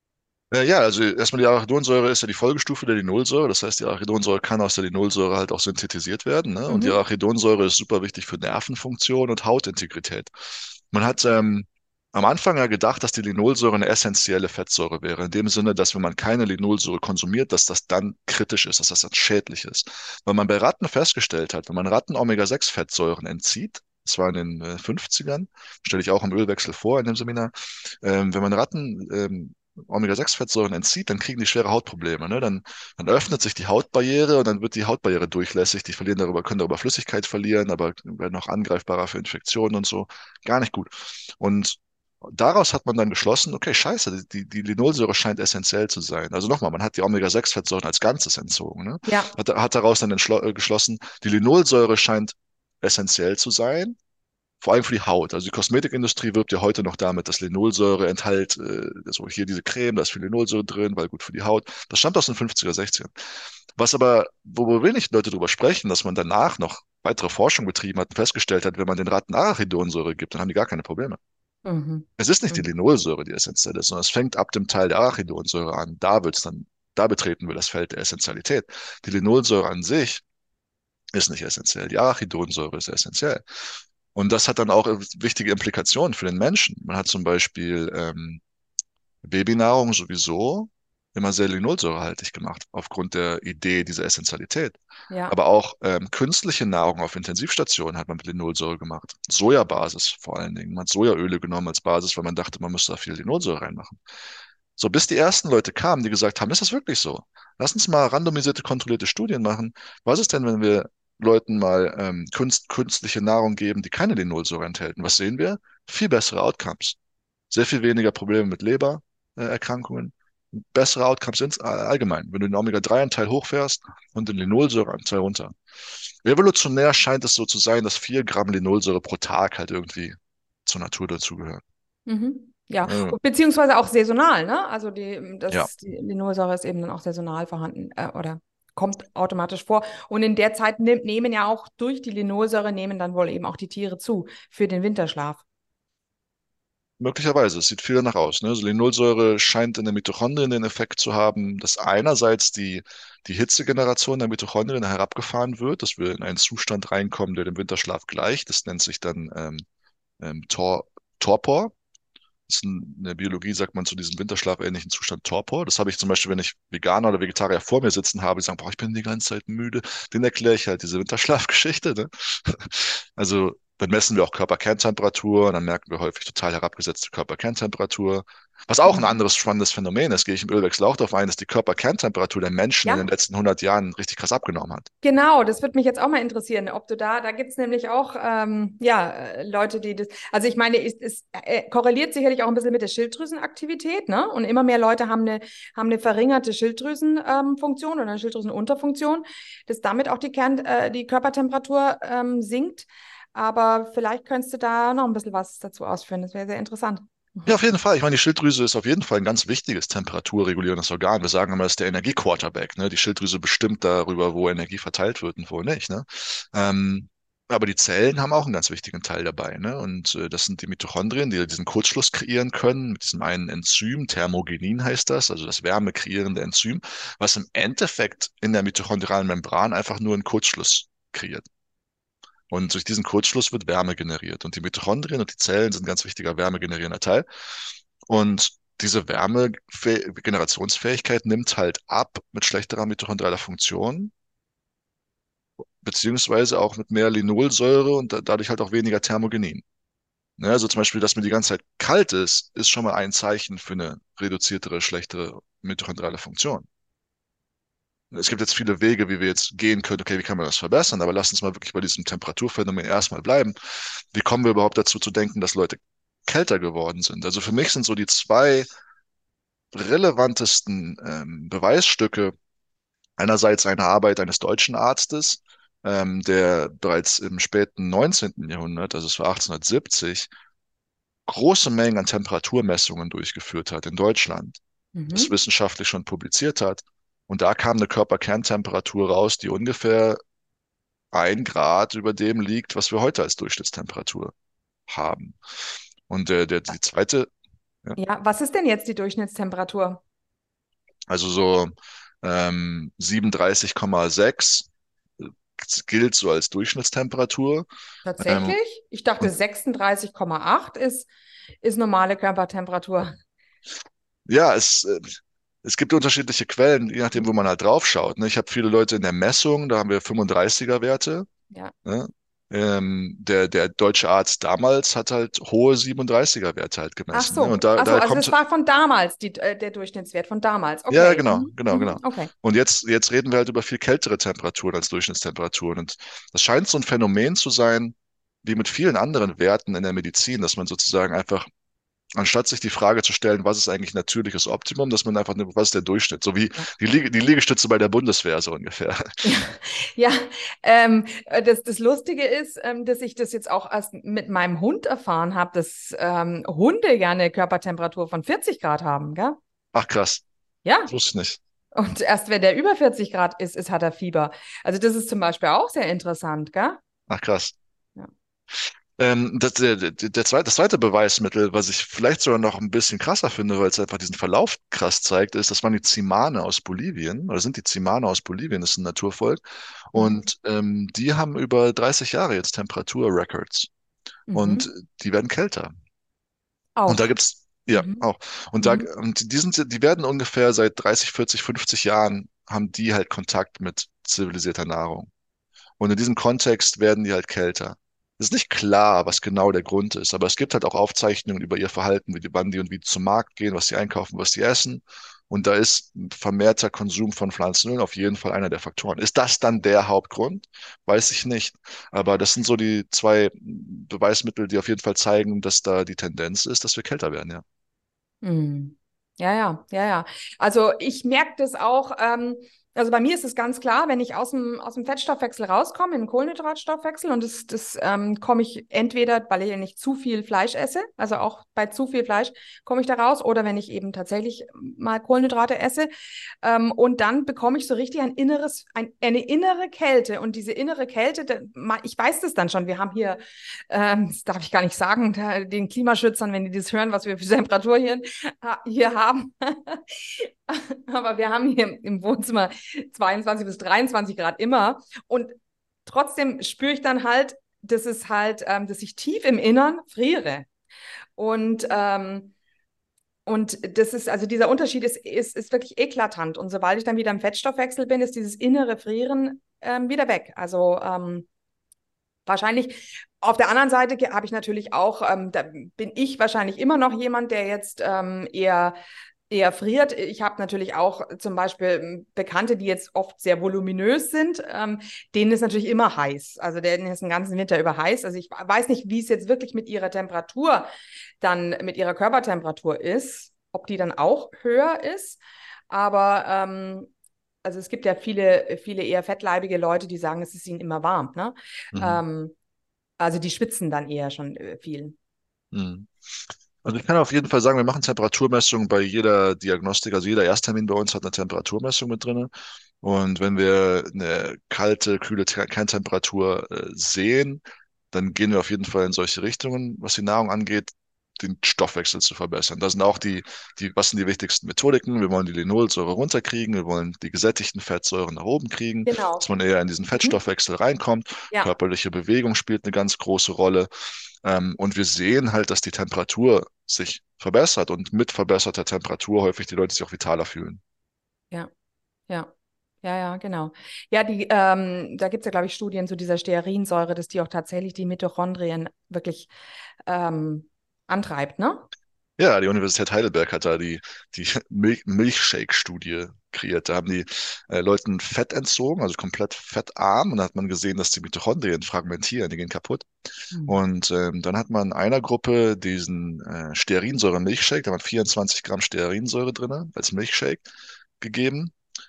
Äh, ja, also erstmal die Arachidonsäure ist ja die Folgestufe der Linolsäure. Das heißt, die Arachidonsäure kann aus der Linolsäure halt auch synthetisiert werden, ne? Und die Mhm. Arachidonsäure ist super wichtig für Nervenfunktion und Hautintegrität. Man hat ähm, am Anfang ja gedacht, dass die Linolsäure eine essentielle Fettsäure wäre. In dem Sinne, dass wenn man keine Linolsäure konsumiert, dass das dann kritisch ist, dass das dann schädlich ist. Weil man bei Ratten festgestellt hat, wenn man Ratten Omega sechs Fettsäuren entzieht, das war in den äh, fünfzigern, stelle ich auch im Ölwechsel vor in dem Seminar, ähm, wenn man Ratten ähm, Omega sechs Fettsäuren entzieht, dann kriegen die schwere Hautprobleme. Ne? Dann, dann öffnet sich die Hautbarriere und dann wird die Hautbarriere durchlässig. Die verlieren darüber, können darüber Flüssigkeit verlieren, aber werden auch angreifbarer für Infektionen und so. Gar nicht gut. Und daraus hat man dann geschlossen, okay, scheiße, die, die Linolsäure scheint essentiell zu sein. Also nochmal, man hat die Omega sechs Fettsäuren als Ganzes entzogen. Ne? Ja. Hat, hat daraus dann entschlo- äh, geschlossen, die Linolsäure scheint essentiell zu sein, vor allem für die Haut. Also die Kosmetikindustrie wirbt ja heute noch damit, dass Linolsäure enthält, äh, so hier diese Creme, da ist viel Linolsäure drin, weil gut für die Haut. Das stammt aus den fünfziger, sechzigern. Was aber, worüber wenig Leute darüber sprechen, dass man danach noch weitere Forschung betrieben hat und festgestellt hat, wenn man den Ratten Arachidonsäure gibt, dann haben die gar keine Probleme. Mhm. Es ist nicht die Mhm. Linolsäure, die essentiell ist, sondern es fängt ab dem Teil der Arachidonsäure an. Da wird's dann, da betreten wir das Feld der Essentialität. Die Linolsäure an sich ist nicht essentiell. Die Arachidonsäure ist essentiell. Und das hat dann auch wichtige Implikationen für den Menschen. Man hat zum Beispiel ähm, Babynahrung sowieso immer sehr linolsäurehaltig gemacht, aufgrund der Idee dieser Essentialität. Ja. Aber auch ähm, künstliche Nahrung auf Intensivstationen hat man mit Linolsäure gemacht. Sojabasis vor allen Dingen. Man hat Sojaöle genommen als Basis, weil man dachte, man müsste da viel Linolsäure reinmachen. So, bis die ersten Leute kamen, die gesagt haben, ist das wirklich so? Lass uns mal randomisierte, kontrollierte Studien machen. Was ist denn, wenn wir Leuten mal ähm, Künst, künstliche Nahrung geben, die keine Linolsäure enthält? Und was sehen wir? Viel bessere Outcomes. Sehr viel weniger Probleme mit Lebererkrankungen. Bessere Outcomes ins, allgemein, wenn du den Omega drei Anteil hochfährst und den Linolsäureanteil runter. Evolutionär scheint es so zu sein, dass vier Gramm Linolsäure pro Tag halt irgendwie zur Natur dazugehören. Mhm. Ja, Äh, und beziehungsweise auch saisonal, ne? Also die, ja. das, die Linolsäure ist eben dann auch saisonal vorhanden äh, oder kommt automatisch vor. Und in der Zeit ne nehmen ja auch durch die Linolsäure nehmen dann wohl eben auch die Tiere zu für den Winterschlaf. Möglicherweise, es sieht viel danach aus. Ne? Also Linolsäure scheint in den Mitochondrien den Effekt zu haben, dass einerseits die, die Hitzegeneration der Mitochondrien herabgefahren wird, dass wir in einen Zustand reinkommen, der dem Winterschlaf gleicht. Das nennt sich dann ähm, ähm, Tor Torpor. Das ist in der Biologie, sagt man zu diesem winterschlafähnlichen Zustand Torpor. Das habe ich zum Beispiel, wenn ich Veganer oder Vegetarier vor mir sitzen habe, die sagen, boah, ich bin die ganze Zeit müde. Den erkläre ich halt diese Winterschlafgeschichte. Ne? Also dann messen wir auch Körperkerntemperatur, dann merken wir häufig total herabgesetzte Körperkerntemperatur. Was auch ein Mhm. anderes spannendes Phänomen ist, gehe ich im Ölwechsel auch darauf ein, dass die Körperkerntemperatur der Menschen in den Ja, letzten hundert Jahren richtig krass abgenommen hat. genau, das würde mich jetzt auch mal interessieren, ob du da, da gibt es nämlich auch ähm, ja, äh, Leute, die das, also ich meine, es, es äh, korreliert sicherlich auch ein bisschen mit der Schilddrüsenaktivität, ne? Und immer mehr Leute haben eine, haben eine verringerte Schilddrüsenfunktion ähm, Funktion oder eine Schilddrüsenunterfunktion, dass damit auch die, Kern, äh, die Körpertemperatur ähm, sinkt. Aber vielleicht könntest du da noch ein bisschen was dazu ausführen, das wäre sehr interessant. Ja, auf jeden Fall. Ich meine, die Schilddrüse ist auf jeden Fall ein ganz wichtiges temperaturregulierendes Organ. Wir sagen immer, es ist der Energiequarterback. Ne? Die Schilddrüse bestimmt darüber, wo Energie verteilt wird und wo nicht. Ne? Ähm, aber die Zellen haben auch einen ganz wichtigen Teil dabei. Ne? Und äh, das sind die Mitochondrien, die diesen Kurzschluss kreieren können mit diesem einen Enzym, Thermogenin heißt das, also das wärmekreierende Enzym, was im Endeffekt in der mitochondrialen Membran einfach nur einen Kurzschluss kreiert. Und durch diesen Kurzschluss wird Wärme generiert. Und die Mitochondrien und die Zellen sind ein ganz wichtiger wärmegenerierender Teil. Und diese Wärmegenerationsfähigkeit nimmt halt ab mit schlechterer mitochondrialer Funktion, beziehungsweise auch mit mehr Linolsäure und da, dadurch halt auch weniger Thermogenin. Ne, also zum Beispiel, dass mir die ganze Zeit kalt ist, ist schon mal ein Zeichen für eine reduziertere, schlechtere mitochondriale Funktion. Es gibt jetzt viele Wege, wie wir jetzt gehen können, okay, wie kann man das verbessern, aber lass uns mal wirklich bei diesem Temperaturphänomen erstmal bleiben. Wie kommen wir überhaupt dazu zu denken, dass Leute kälter geworden sind? Also für mich sind so die zwei relevantesten ähm, Beweisstücke einerseits eine Arbeit eines deutschen Arztes, ähm, der bereits im späten neunzehnten. Jahrhundert, also es war achtzehnhundertsiebzig, große Mengen an Temperaturmessungen durchgeführt hat in Deutschland, das Mhm. wissenschaftlich schon publiziert hat. Und da kam eine Körperkerntemperatur raus, die ungefähr ein Grad über dem liegt, was wir heute als Durchschnittstemperatur haben. Und der, der, die zweite, ja, Ja, was ist denn jetzt die Durchschnittstemperatur? also so ähm, siebenunddreißig Komma sechs äh, gilt so als Durchschnittstemperatur. Ähm, Tatsächlich? Ich dachte und sechsunddreißig Komma acht ist, ist normale Körpertemperatur. ja, es, äh, es gibt unterschiedliche Quellen, je nachdem, wo man halt drauf schaut. Ne? Ich habe viele Leute in der Messung, da haben wir fünfunddreißiger Werte. Ja. Ne? Ähm, der, der deutsche Arzt damals hat halt hohe siebenunddreißiger Werte halt Ach gemessen. Ne? so. Und da, Ach so, daher also das kommt, war von damals, die, äh, der Durchschnittswert von damals. ja, Okay. genau, Mhm. genau, Mhm. genau. Okay. Und jetzt, jetzt reden wir halt über viel kältere Temperaturen als Durchschnittstemperaturen. Und das scheint so ein Phänomen zu sein, wie mit vielen anderen Werten in der Medizin, dass man sozusagen einfach, anstatt sich die Frage zu stellen, was ist eigentlich natürliches Optimum, dass man einfach nimmt, was ist der Durchschnitt? So wie Ja. die, Liege, die Liegestütze bei der Bundeswehr, so ungefähr. Ja, ähm, äh, das, das Lustige ist, ähm, dass ich das jetzt auch erst mit meinem Hund erfahren habe, dass ähm, Hunde ja eine Körpertemperatur von vierzig Grad haben, gell? Ach krass, Ja. das wusste ich nicht. Und erst wenn der über vierzig Grad ist, ist, hat er Fieber. Also das ist zum Beispiel auch sehr interessant, gell? Ach krass. Ja. Ähm, das, der, der, der zweite, das zweite Beweismittel, was ich vielleicht sogar noch ein bisschen krasser finde, weil es einfach diesen Verlauf krass zeigt, ist, das waren die Zimane aus Bolivien, oder sind die Zimane aus Bolivien, das ist ein Naturvolk. Mhm. Und ähm, die haben über dreißig Jahre jetzt Temperaturrecords. Und Mhm. die werden kälter. Und da Auch. gibt's, ja, Mhm. auch. Und da, Mhm. und die sind, die werden ungefähr seit dreißig, vierzig, fünfzig Jahren haben die halt Kontakt mit zivilisierter Nahrung. Und in diesem Kontext werden die halt kälter. Es ist nicht klar, was genau der Grund ist, aber es gibt halt auch Aufzeichnungen über ihr Verhalten, wie die, wann die und wie die zum Markt gehen, was sie einkaufen, was sie essen. Und da ist ein vermehrter Konsum von Pflanzenölen auf jeden Fall einer der Faktoren. Ist das dann der Hauptgrund? Weiß ich nicht. Aber das sind so die zwei Beweismittel, die auf jeden Fall zeigen, dass da die Tendenz ist, dass wir kälter werden, ja. Mhm. Ja, ja, ja, ja. Also ich merke das auch. Ähm, also bei mir ist es ganz klar, wenn ich aus dem, aus dem Fettstoffwechsel rauskomme, in den Kohlenhydratstoffwechsel, und das, das ähm, komme ich entweder, weil ich nicht zu viel Fleisch esse, also auch bei zu viel Fleisch komme ich da raus, oder wenn ich eben tatsächlich mal Kohlenhydrate esse. Ähm, und dann bekomme ich so richtig ein inneres, ein, eine innere Kälte. Und diese innere Kälte, da, ma- ich weiß das dann schon. Wir haben hier, ähm, das darf ich gar nicht sagen, da, den Klimaschützern, wenn die das hören, was wir für Temperatur hier ha- hier haben. Aber wir haben hier im Wohnzimmer zweiundzwanzig bis dreiundzwanzig Grad immer. Und trotzdem spüre ich dann halt, dass es halt, ähm, dass ich tief im Innern friere. Und, ähm, und das ist, also dieser Unterschied ist, ist, ist wirklich eklatant. Und sobald ich dann wieder im Fettstoffwechsel bin, ist dieses innere Frieren ähm, wieder weg. Also ähm, wahrscheinlich. Auf der anderen Seite habe ich natürlich auch, ähm, da bin ich wahrscheinlich immer noch jemand, der jetzt ähm, eher, eher friert. Ich habe natürlich auch zum Beispiel ähm, Bekannte, die jetzt oft sehr voluminös sind. Ähm, denen ist natürlich immer heiß. Also denen ist den ganzen Winter über heiß. Also ich weiß nicht, wie es jetzt wirklich mit ihrer Temperatur dann, mit ihrer Körpertemperatur ist, ob die dann auch höher ist. Aber ähm, also es gibt ja viele, viele eher fettleibige Leute, die sagen, es ist ihnen immer warm, ne? Mhm. Ähm, also die schwitzen dann eher schon äh, viel. Mhm. Also ich kann auf jeden Fall sagen, wir machen Temperaturmessungen bei jeder Diagnostik. Also jeder Ersttermin bei uns hat eine Temperaturmessung mit drin. Und wenn wir eine kalte, kühle Te- Kerntemperatur äh, sehen, dann gehen wir auf jeden Fall in solche Richtungen, was die Nahrung angeht, den Stoffwechsel zu verbessern. Das sind auch die, die, was sind die wichtigsten Methodiken? Wir wollen die Linolsäure runterkriegen, wir wollen die gesättigten Fettsäuren nach oben kriegen, dass Genau. man eher in diesen Mhm. Fettstoffwechsel reinkommt. Ja. Körperliche Bewegung spielt eine ganz große Rolle. Ähm, und wir sehen halt, dass die Temperatur sich verbessert und mit verbesserter Temperatur häufig die Leute sich auch vitaler fühlen. Ja, ja, ja, ja, genau. Ja, die, ähm, da gibt es ja, glaube ich, Studien zu dieser Stearinsäure, dass die auch tatsächlich die Mitochondrien wirklich ähm, antreibt, ne? Ja, die Universität Heidelberg hat da die, die Milch Milchshake-Studie kreiert. Da haben die äh, Leuten Fett entzogen, also komplett fettarm, und da hat man gesehen, dass die Mitochondrien fragmentieren, die gehen kaputt. Mhm. Und ähm, dann hat man einer Gruppe diesen äh, Stearinsäure-Milchshake, da waren vierundzwanzig Gramm Stearinsäure drin als Milchshake gegeben.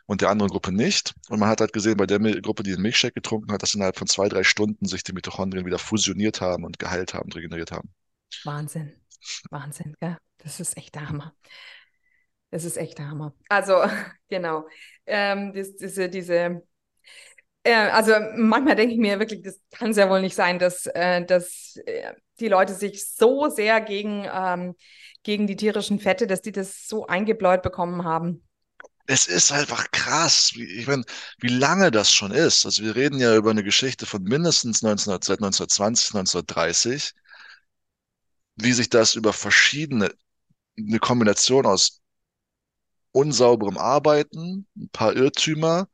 und der anderen Gruppe nicht. Und man hat halt gesehen, bei der Mil- Gruppe, die den Milchshake getrunken hat, dass innerhalb von zwei, drei Stunden sich die Mitochondrien wieder fusioniert haben und geheilt haben, und regeneriert haben. Wahnsinn. Wahnsinn, gell? Das ist echt der Hammer. Das ist echt der Hammer. Also, genau. Ähm, das, diese, diese, äh, also manchmal denke ich mir wirklich, das kann es ja wohl nicht sein, dass, äh, dass äh, die Leute sich so sehr gegen, ähm, gegen die tierischen Fette, dass die das so eingebläut bekommen haben. Es ist einfach krass, wie, ich meine, wie lange das schon ist. Also wir reden ja über eine Geschichte von mindestens neunzehnhundert, seit neunzehnhundertzwanzig, neunzehnhundertdreißig, wie sich das über verschiedene, eine Kombination aus unsauberem Arbeiten, ein paar Irrtümer,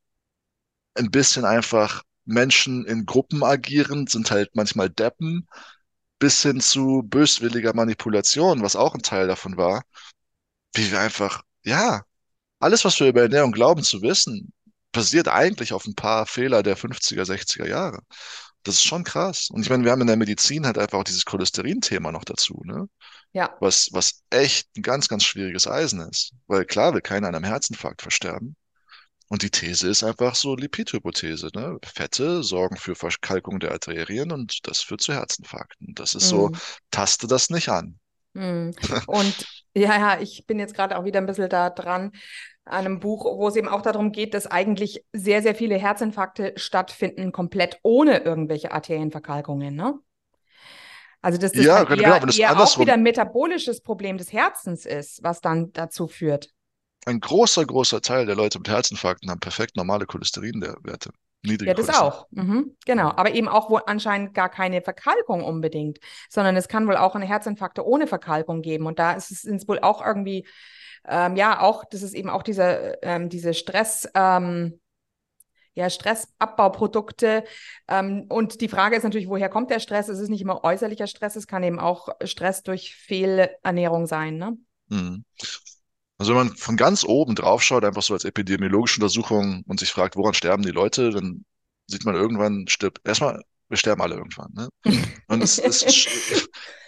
ein bisschen einfach Menschen in Gruppen agieren, sind halt manchmal Deppen, bis hin zu böswilliger Manipulation, was auch ein Teil davon war, wie wir einfach, ja, alles, was wir über Ernährung glauben zu wissen, basiert eigentlich auf ein paar Fehler der fünfziger, sechziger Jahre. Das ist schon krass. Und ich meine, wir haben in der Medizin halt einfach auch dieses Cholesterin-Thema noch dazu, ne? Ja. Was, was echt ein ganz, ganz schwieriges Eisen ist. Weil klar will keiner an einem Herzinfarkt versterben. Und die These ist einfach so Lipidhypothese, ne? Fette sorgen für Verkalkung der Arterien und das führt zu Herzinfarkten. Das ist so, Mm, taste das nicht an. mm. Und ja, ja, ich bin jetzt gerade auch wieder ein bisschen da dran an einem Buch, wo es eben auch darum geht, dass eigentlich sehr, sehr viele Herzinfarkte stattfinden, komplett ohne irgendwelche Arterienverkalkungen, ne? Also, dass das Ja, halt genau, eher, wenn es eher auch wieder andersrum, ein metabolisches Problem des Herzens ist, was dann dazu führt. ein großer, großer Teil der Leute mit Herzinfarkten haben perfekt normale Cholesterinwerte, niedrige Ja, das Cholesterin. auch. Mhm, genau. Aber eben auch wohl anscheinend gar keine Verkalkung unbedingt, sondern es kann wohl auch eine Herzinfarkte ohne Verkalkung geben. Und da ist es, sind es wohl auch irgendwie, ähm, ja, auch, das ist eben auch diese, ähm, diese Stress, ähm, ja, Stressabbauprodukte. Ähm, und die Frage ist natürlich, woher kommt der Stress? Es ist nicht immer äußerlicher Stress, es kann eben auch Stress durch Fehlernährung sein, ne? Mhm. Also wenn man von ganz oben drauf schaut, einfach so als epidemiologische Untersuchung und sich fragt, woran sterben die Leute, dann sieht man irgendwann stirbt, erstmal, wir sterben alle irgendwann, ne? Und es, es, sch-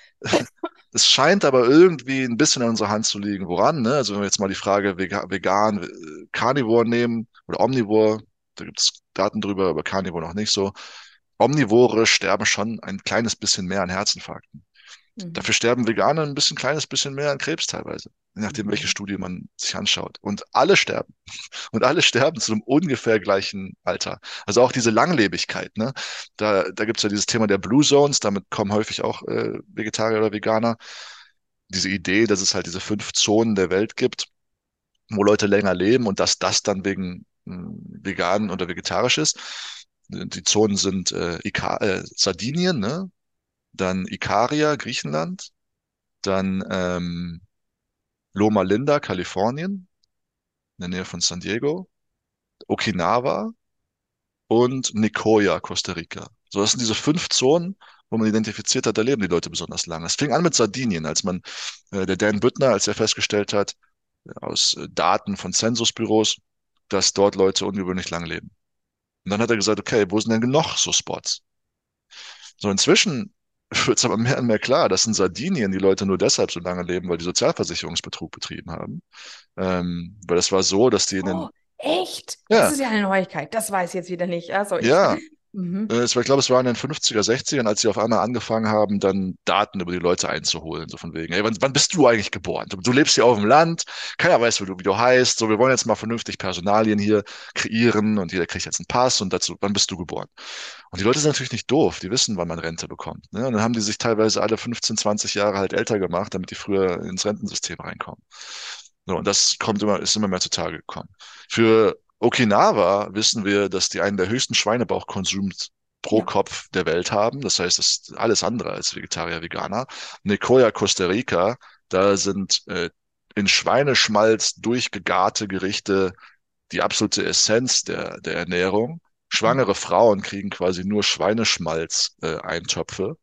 es scheint aber irgendwie ein bisschen in unserer Hand zu liegen. Woran, ne? Also wenn wir jetzt mal die Frage vega, vegan, äh, Carnivore nehmen oder Omnivore, da gibt es Daten drüber, über Carnivore noch nicht so. Omnivore sterben schon ein kleines bisschen mehr an Herzinfarkten. Mhm. Dafür sterben Veganer ein bisschen, kleines bisschen mehr an Krebs teilweise, je nachdem, welche Mhm. Studie man sich anschaut. Und alle sterben. Und alle sterben zu einem ungefähr gleichen Alter. Also auch diese Langlebigkeit, ne? Da, da gibt es ja dieses Thema der Blue Zones, damit kommen häufig auch äh, Vegetarier oder Veganer. Diese Idee, dass es halt diese fünf Zonen der Welt gibt, wo Leute länger leben und dass das dann wegen mh, vegan oder vegetarisch ist. Die Zonen sind äh, Ika äh, Sardinien, ne? Dann Ikaria, Griechenland, dann ähm, Loma Linda, Kalifornien, in der Nähe von San Diego, Okinawa und Nicoya, Costa Rica. So, das sind diese fünf Zonen, wo man identifiziert hat, da leben die Leute besonders lange. Es fing an mit Sardinien, als man, äh, der Dan Büttner, als er festgestellt hat, äh, aus äh, Daten von Censusbüros, dass dort Leute ungewöhnlich lang leben. Und dann hat er gesagt, okay, wo sind denn noch so Spots? So, inzwischen wird es aber mehr und mehr klar, dass in Sardinien die Leute nur deshalb so lange leben, weil die Sozialversicherungsbetrug betrieben haben. Ähm, weil es war so, dass die in Oh, den, echt? Das ja, ist ja eine Neuigkeit. Das weiß ich jetzt wieder nicht. Also ich. ja, Mhm. äh, es war, ich glaube, es war in den fünfziger, sechzigern, als sie auf einmal angefangen haben, dann Daten über die Leute einzuholen, so von wegen, hey, wann, wann bist du eigentlich geboren? Du, du lebst hier auf dem Land, keiner weiß, wie du, wie du heißt, so, wir wollen jetzt mal vernünftig Personalien hier kreieren und jeder kriegt jetzt einen Pass und dazu, wann bist du geboren? Und die Leute sind natürlich nicht doof, die wissen, wann man Rente bekommt, ne? Und dann haben die sich teilweise alle fünfzehn, zwanzig Jahre halt älter gemacht, damit die früher ins Rentensystem reinkommen. So, und das kommt immer, ist immer mehr zutage gekommen. Für Okinawa wissen wir, dass die einen der höchsten Schweinebauchkonsums pro Ja. Kopf der Welt haben. Das heißt, das ist alles andere als Vegetarier, Veganer. Nicoya, Costa Rica, da sind äh, in Schweineschmalz durchgegarte Gerichte die absolute Essenz der, der Ernährung. Schwangere Frauen kriegen quasi nur Schweineschmalz äh, Eintöpfe.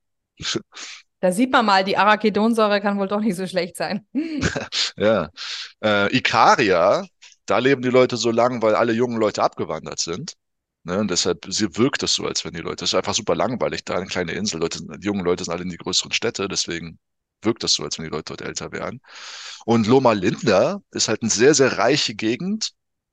Da sieht man mal, die Arachidonsäure kann wohl doch nicht so schlecht sein. Ja. Äh, Ikaria, da leben die Leute so lang, weil alle jungen Leute abgewandert sind. Ne, und deshalb sie wirkt es so, als wenn die Leute, das ist einfach super langweilig, da eine kleine Insel, Leute, die jungen Leute sind alle in die größeren Städte, deswegen wirkt das so, als wenn die Leute dort älter wären. Und Loma Linda ist halt eine sehr, sehr reiche Gegend,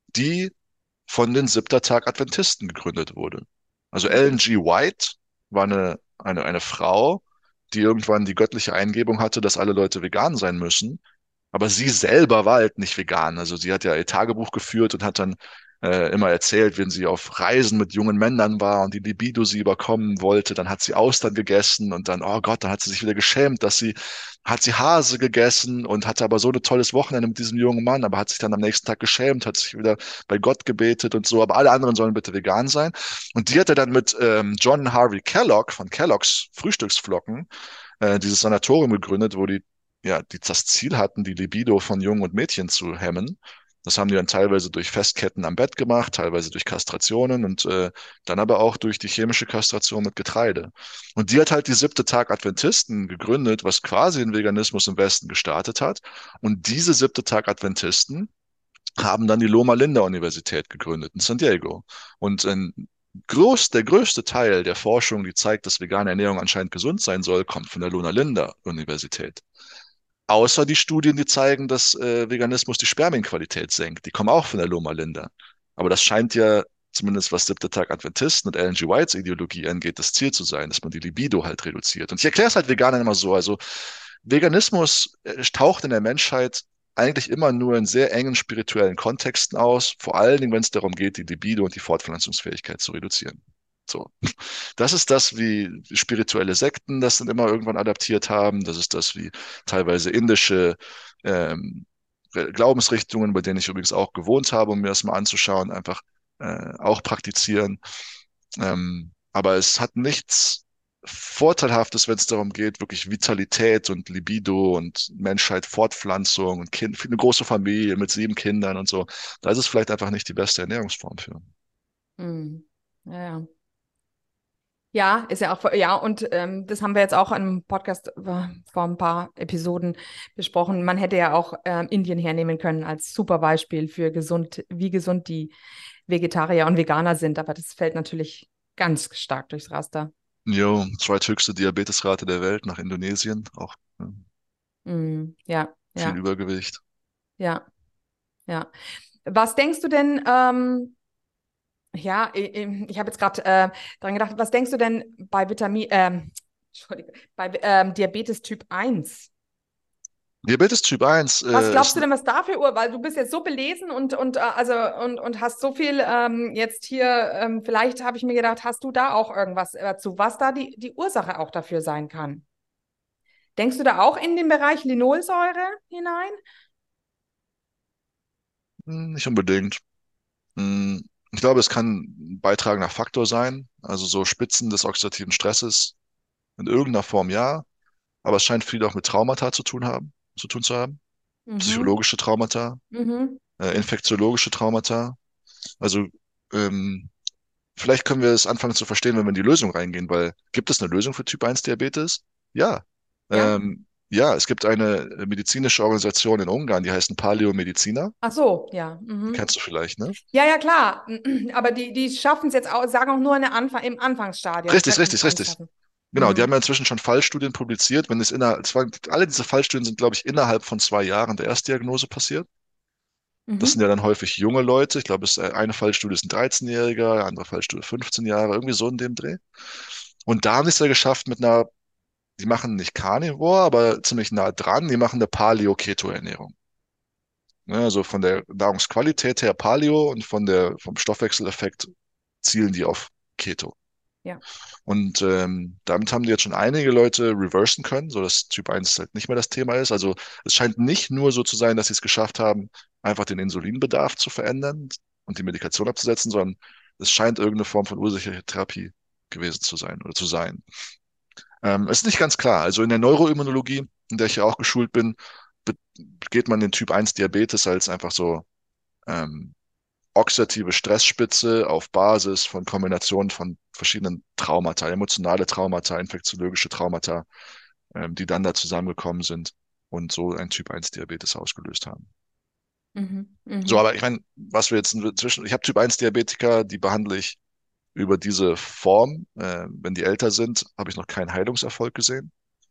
die von den Siebter Tag Adventisten gegründet wurde. Also Ellen Mhm. G. White war eine, eine, eine Frau, die irgendwann die göttliche Eingebung hatte, dass alle Leute vegan sein müssen. Aber sie selber war halt nicht vegan. Also sie hat ja ihr Tagebuch geführt und hat dann äh, immer erzählt, wenn sie auf Reisen mit jungen Männern war und die Libido sie überkommen wollte, dann hat sie Austern gegessen und dann, oh Gott, dann hat sie sich wieder geschämt, dass sie, hat sie Hase gegessen und hatte aber so ein tolles Wochenende mit diesem jungen Mann, aber hat sich dann am nächsten Tag geschämt, hat sich wieder bei Gott gebetet und so, aber alle anderen sollen bitte vegan sein. Und die hat er dann mit ähm, John Harvey Kellogg von Kellogg's Frühstücksflocken äh, dieses Sanatorium gegründet, wo die ja, die das Ziel hatten, die Libido von Jungen und Mädchen zu hemmen. Das haben die dann teilweise durch Festketten am Bett gemacht, teilweise durch Kastrationen und äh, dann aber auch durch die chemische Kastration mit Getreide. Und die hat halt die siebte Tag Adventisten gegründet, was quasi den Veganismus im Westen gestartet hat. Und diese siebte Tag Adventisten haben dann die Loma Linda Universität gegründet in San Diego. Und ein groß, der größte Teil der Forschung, die zeigt, dass vegane Ernährung anscheinend gesund sein soll, kommt von der Loma Linda Universität. Außer die Studien, die zeigen, dass äh, Veganismus die Spermienqualität senkt. Die kommen auch von der Loma Linda. Aber das scheint ja, zumindest was Siebter Tag Adventisten und Ellen G. Whites Ideologie angeht, das Ziel zu sein, dass man die Libido halt reduziert. Und ich erkläre es halt Veganern immer so. Also Veganismus äh, taucht in der Menschheit eigentlich immer nur in sehr engen spirituellen Kontexten aus, vor allen Dingen, wenn es darum geht, die Libido und die Fortpflanzungsfähigkeit zu reduzieren. So. Das ist das, wie spirituelle Sekten das dann immer irgendwann adaptiert haben. Das ist das, wie teilweise indische ähm, Glaubensrichtungen, bei denen ich übrigens auch gewohnt habe, um mir das mal anzuschauen, einfach äh, auch praktizieren. Ähm, aber es hat nichts Vorteilhaftes, wenn es darum geht, wirklich Vitalität und Libido und Menschheit, Fortpflanzung und kind, eine große Familie mit sieben Kindern und so. Da ist es vielleicht einfach nicht die beste Ernährungsform für. Mhm. Ja, ja. Ja, ist ja auch, ja, und ähm, das haben wir jetzt auch im Podcast äh, vor ein paar Episoden besprochen. Man hätte ja auch ähm, Indien hernehmen können als super Beispiel für gesund, wie gesund die Vegetarier und Veganer sind, aber das fällt natürlich ganz stark durchs Raster. Jo, zweithöchste Diabetesrate der Welt nach Indonesien, auch äh, Mm, ja, viel ja, Übergewicht. ja, ja. Was denkst du denn, ähm, ja, ich, ich habe jetzt gerade äh, dran gedacht, was denkst du denn bei Vitamin, ähm, Entschuldige, bei ähm, Diabetes Typ eins? Diabetes Typ eins Was äh, glaubst ist, du denn, was da für Uhr? Weil du bist jetzt so belesen und, und, äh, also, und, und hast so viel ähm, jetzt hier, ähm, vielleicht habe ich mir gedacht, hast du da auch irgendwas dazu, was da die, die Ursache auch dafür sein kann? Denkst du da auch in den Bereich Linolsäure hinein? hm, nicht unbedingt. Hm, Ich glaube, es kann ein beitragender Faktor sein, also so Spitzen des oxidativen Stresses in irgendeiner Form ja, aber es scheint viel auch mit Traumata zu tun haben, zu tun zu haben. Mhm. Psychologische Traumata, Mhm. äh, infektiologische Traumata. Also ähm, vielleicht können wir es anfangen zu verstehen, wenn wir in die Lösung reingehen, weil gibt es eine Lösung für Typ eins Diabetes? Ja. Ja? Ähm, ja, es gibt eine äh, medizinische Organisation in Ungarn, die heißt Paläomediziner. Ach so, ja. Die Mhm. kennst du vielleicht, ne? Ja, ja, klar. Aber die, die schaffen es jetzt auch, sagen auch nur in der Anfang, im Anfangsstadium, Richtig, könnten es richtig, eigentlich richtig. schaffen. Genau, die haben Mhm. ja inzwischen schon Fallstudien publiziert. Wenn es innerhalb, zwar, alle diese Fallstudien sind, glaube ich, innerhalb von zwei Jahren der Erstdiagnose passiert. Das sind ja Mhm. dann häufig junge Leute. Ich glaube, es, äh, eine Fallstudie ist ein dreizehn-Jähriger, eine andere Fallstudie fünfzehn Jahre, irgendwie so in dem Dreh. Und da haben sie es ja geschafft mit einer, die machen nicht Carnivore, aber ziemlich nah dran, die machen eine Paleo-Keto-Ernährung. Ne, also von der Nahrungsqualität her Paleo und von der, vom Stoffwechseleffekt zielen die auf Keto. Ja. Und ähm, damit haben die jetzt schon einige Leute reversen können, so dass Typ eins halt nicht mehr das Thema ist. Also es scheint nicht nur so zu sein, dass sie es geschafft haben, einfach den Insulinbedarf zu verändern und die Medikation abzusetzen, sondern es scheint irgendeine Form von ursächlicher Therapie gewesen zu sein oder zu sein. Ähm, ist nicht ganz klar. Also in der Neuroimmunologie, in der ich ja auch geschult bin, be- geht man den Typ eins Diabetes als einfach so ähm, oxidative Stressspitze auf Basis von Kombinationen von verschiedenen Traumata, emotionale Traumata, infektiologische Traumata, ähm, die dann da zusammengekommen sind und so ein Typ eins Diabetes ausgelöst haben. Mhm. So, Mhm. aber ich meine, was wir jetzt inzwischen, ich habe Typ eins Diabetiker, die behandle ich über diese Form. Äh, wenn die älter sind, habe ich noch keinen Heilungserfolg gesehen.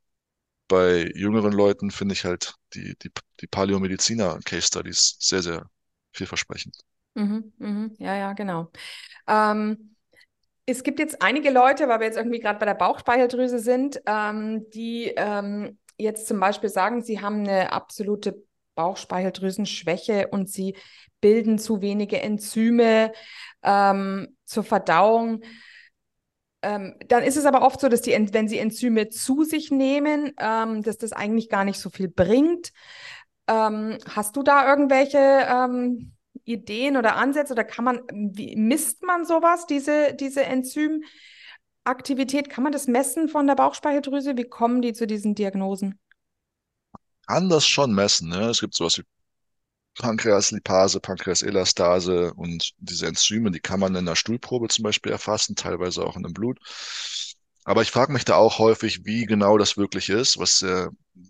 Bei jüngeren Leuten finde ich halt die, die, die Paläomediziner Case Studies sehr, sehr vielversprechend. Mhm, mhm. Ja, ja, genau. Ähm, Es gibt jetzt einige Leute, weil wir jetzt irgendwie gerade bei der Bauchspeicheldrüse sind, ähm, die ähm, jetzt zum Beispiel sagen, sie haben eine absolute Bauchspeicheldrüsenschwäche und sie bilden zu wenige Enzyme ähm, zur Verdauung. Ähm, dann ist es aber oft so, dass die, En- wenn sie Enzyme zu sich nehmen, ähm, dass das eigentlich gar nicht so viel bringt. Ähm, hast du da irgendwelche ähm, Ideen oder Ansätze oder kann man, wie misst man sowas, diese, diese Enzymaktivität? Kann man das messen von der Bauchspeicheldrüse? Wie kommen die zu diesen Diagnosen? Kann das schon messen, ne? Es gibt sowas wie Pankreaslipase, Pankreaselastase und diese Enzyme, die kann man in der Stuhlprobe zum Beispiel erfassen, teilweise auch in dem Blut. Aber ich frage mich da auch häufig, wie genau das wirklich ist. Was, äh,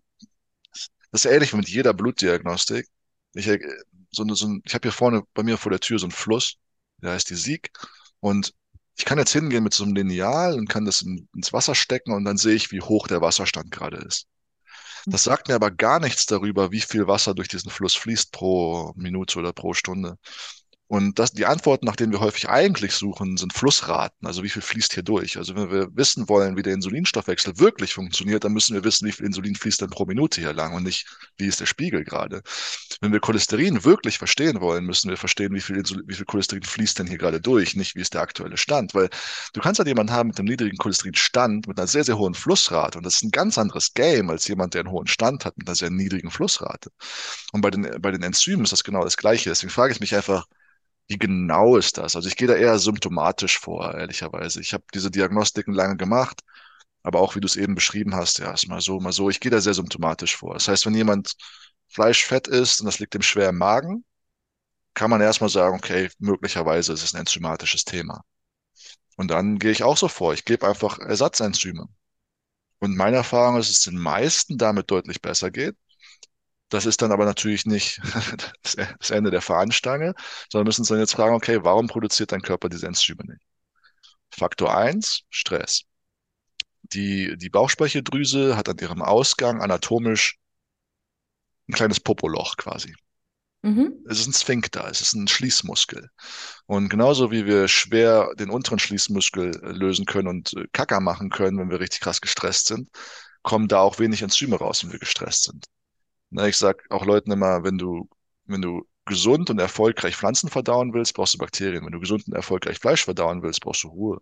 das ist ähnlich wie mit jeder Blutdiagnostik. Ich, äh, so, eine- so ein, ich habe hier vorne bei mir vor der Tür so einen Fluss, der heißt die Sieg. Und ich kann jetzt hingehen mit so einem Lineal und kann das in, ins Wasser stecken und dann sehe ich, wie hoch der Wasserstand gerade ist. Das sagt mir aber gar nichts darüber, wie viel Wasser durch diesen Fluss fließt pro Minute oder pro Stunde. Und das, die Antworten, nach denen wir häufig eigentlich suchen, sind Flussraten. Also wie viel fließt hier durch? Also wenn wir wissen wollen, wie der Insulinstoffwechsel wirklich funktioniert, dann müssen wir wissen, wie viel Insulin fließt denn pro Minute hier lang und nicht, wie ist der Spiegel gerade. Wenn wir Cholesterin wirklich verstehen wollen, müssen wir verstehen, wie viel, Insul wie viel Cholesterin fließt denn hier gerade durch, nicht wie ist der aktuelle Stand. Weil du kannst halt jemanden haben mit einem niedrigen Cholesterinstand, mit einer sehr, sehr hohen Flussrate. Und das ist ein ganz anderes Game als jemand, der einen hohen Stand hat mit einer sehr niedrigen Flussrate. Und bei den, bei den Enzymen ist das genau das Gleiche. Deswegen frage ich mich einfach, wie genau ist das? Also ich gehe da eher symptomatisch vor, ehrlicherweise. Ich habe diese Diagnostiken lange gemacht, aber auch wie du es eben beschrieben hast, ja, ist mal so, mal so. Ich gehe da sehr symptomatisch vor. Das heißt, wenn jemand Fleischfett isst und das liegt ihm schwer im Magen, kann man erstmal sagen, okay, möglicherweise ist es ein enzymatisches Thema. Und dann gehe ich auch so vor. Ich gebe einfach Ersatzenzyme. Und meine Erfahrung ist, dass es den meisten damit deutlich besser geht. Das ist dann aber natürlich nicht das Ende der Fahnenstange, sondern müssen uns dann jetzt fragen, okay, warum produziert dein Körper diese Enzyme nicht? Faktor eins: Stress. Die, die Bauchspeicheldrüse hat an ihrem Ausgang anatomisch ein kleines Popoloch quasi. Mhm. Es ist ein Sphinkter, es ist ein Schließmuskel. Und genauso wie wir schwer den unteren Schließmuskel äh, lösen können und äh, Kacker machen können, wenn wir richtig krass gestresst sind, kommen da auch wenig Enzyme raus, wenn wir gestresst sind. Na, ich sag auch Leuten immer, wenn du, wenn du gesund und erfolgreich Pflanzen verdauen willst, brauchst du Bakterien. Wenn du gesund und erfolgreich Fleisch verdauen willst, brauchst du Ruhe,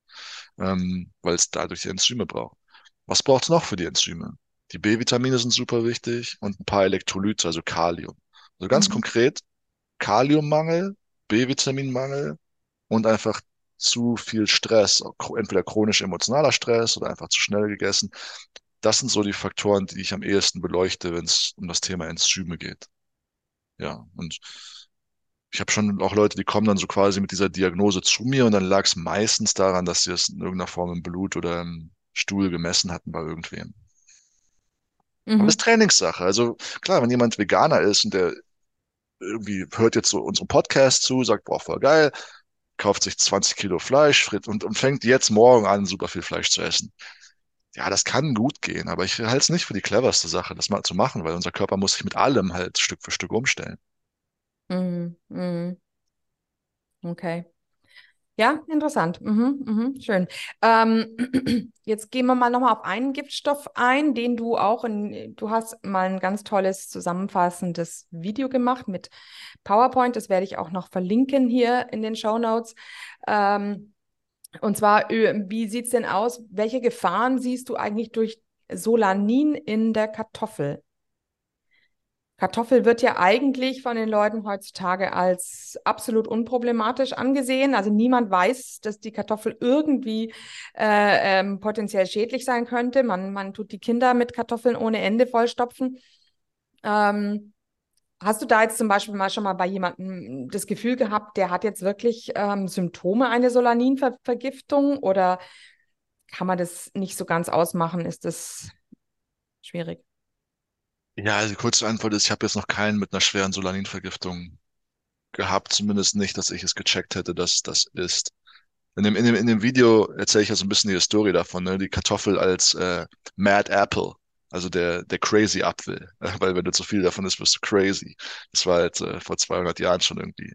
ähm, weil es dadurch die Enzyme braucht. Was braucht es noch für die Enzyme? Die B-Vitamine sind super wichtig und ein paar Elektrolyte, also Kalium. Also ganz Mhm. konkret, Kaliummangel, B-Vitaminmangel und einfach zu viel Stress, entweder chronisch emotionaler Stress oder einfach zu schnell gegessen. Das sind so die Faktoren, die ich am ehesten beleuchte, wenn es um das Thema Enzyme geht. Ja, und ich habe schon auch Leute, die kommen dann so quasi mit dieser Diagnose zu mir und dann lag es meistens daran, dass sie es in irgendeiner Form im Blut oder im Stuhl gemessen hatten bei irgendwem. Aber das ist Mhm. Trainingssache. Also klar, wenn jemand Veganer ist und der irgendwie hört jetzt so unseren Podcast zu, sagt, boah, voll geil, kauft sich zwanzig Kilo Fleisch frit- und, und fängt jetzt morgen an, super viel Fleisch zu essen. Ja, das kann gut gehen, aber ich halte es nicht für die cleverste Sache, das mal zu machen, weil unser Körper muss sich mit allem halt Stück für Stück umstellen. Mhm. Mhm. Okay. Ja, interessant. Mhm, mhm, schön. Ähm, jetzt gehen wir mal nochmal auf einen Giftstoff ein, den du auch in, du hast mal ein ganz tolles zusammenfassendes Video gemacht mit PowerPoint. Das werde ich auch noch verlinken hier in den Show Notes. Ähm, und zwar, ö, wie sieht es denn aus? Welche Gefahren siehst du eigentlich durch Solanin in der Kartoffel? Kartoffel wird ja eigentlich von den Leuten heutzutage als absolut unproblematisch angesehen. Also niemand weiß, dass die Kartoffel irgendwie äh, ähm, potenziell schädlich sein könnte. Man, man tut die Kinder mit Kartoffeln ohne Ende vollstopfen. Ähm, Hast du da jetzt zum Beispiel mal schon mal bei jemandem das Gefühl gehabt, der hat jetzt wirklich ähm, Symptome einer Solaninvergiftung oder kann man das nicht so ganz ausmachen? Ist das schwierig? Ja, also die kurze Antwort ist, ich habe jetzt noch keinen mit einer schweren Solaninvergiftung gehabt, zumindest nicht, dass ich es gecheckt hätte, dass das ist. In dem, in dem, in dem Video erzähle ich ja so ein bisschen die Story davon, ne? Die Kartoffel als äh, Mad Apple, also der, der Crazy Apfel, weil wenn du zu viel davon isst, wirst du crazy. Das war halt äh, vor zweihundert Jahren schon irgendwie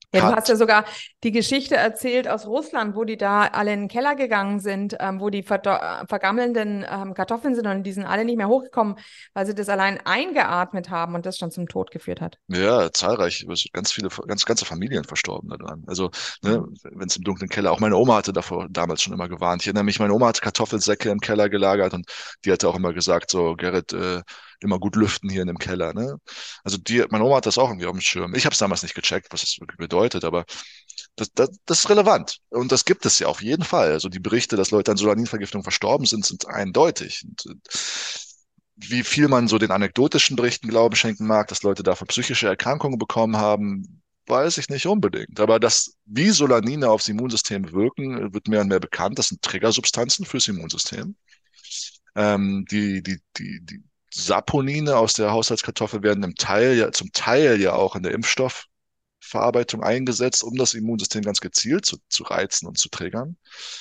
Ja, du hast Cut. ja sogar die Geschichte erzählt aus Russland, wo die da alle in den Keller gegangen sind, ähm, wo die verdo- äh, vergammelnden ähm, Kartoffeln sind und die sind alle nicht mehr hochgekommen, weil sie das allein eingeatmet haben und das schon zum Tod geführt hat. Ja, zahlreich, es sind ganz viele, ganz ganze Familien verstorben daran. Also, ne, Mhm. wenn es im dunklen Keller, auch meine Oma hatte davor damals schon immer gewarnt. Ich erinnere mich, meine Oma hat Kartoffelsäcke im Keller gelagert und die hatte auch immer gesagt, so, Gerrit, äh, immer gut lüften hier in dem Keller, ne? Also die, meine Oma hat das auch irgendwie auf dem Schirm. Ich habe es damals nicht gecheckt, was das wirklich bedeutet, aber das, das, das ist relevant. Und das gibt es ja auf jeden Fall. Also die Berichte, dass Leute an Solaninvergiftung verstorben sind, sind eindeutig. Und, äh, wie viel man so den anekdotischen Berichten Glauben schenken mag, dass Leute davon psychische Erkrankungen bekommen haben, weiß ich nicht unbedingt. Aber das, wie Solanine aufs Immunsystem wirken, wird mehr und mehr bekannt. Das sind Triggersubstanzen fürs Immunsystem. Ähm, die, die, die, die Saponine aus der Haushaltskartoffel werden im Teil ja, zum Teil ja auch in der Impfstoffverarbeitung eingesetzt, um das Immunsystem ganz gezielt zu, zu reizen und zu triggern.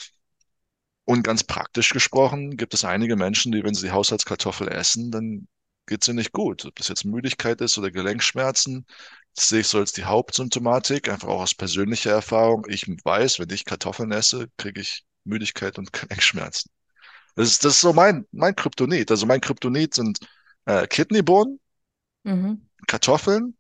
Und ganz praktisch gesprochen gibt es einige Menschen, die, wenn sie die Haushaltskartoffel essen, dann geht es ihnen nicht gut. Ob das jetzt Müdigkeit ist oder Gelenkschmerzen, das sehe ich so als die Hauptsymptomatik, einfach auch aus persönlicher Erfahrung. Ich weiß, wenn ich Kartoffeln esse, kriege ich Müdigkeit und Gelenkschmerzen. Das ist, das ist so mein, mein Kryptonit. Also mein Kryptonit sind äh, Kidneybohnen, Mhm. Kartoffeln,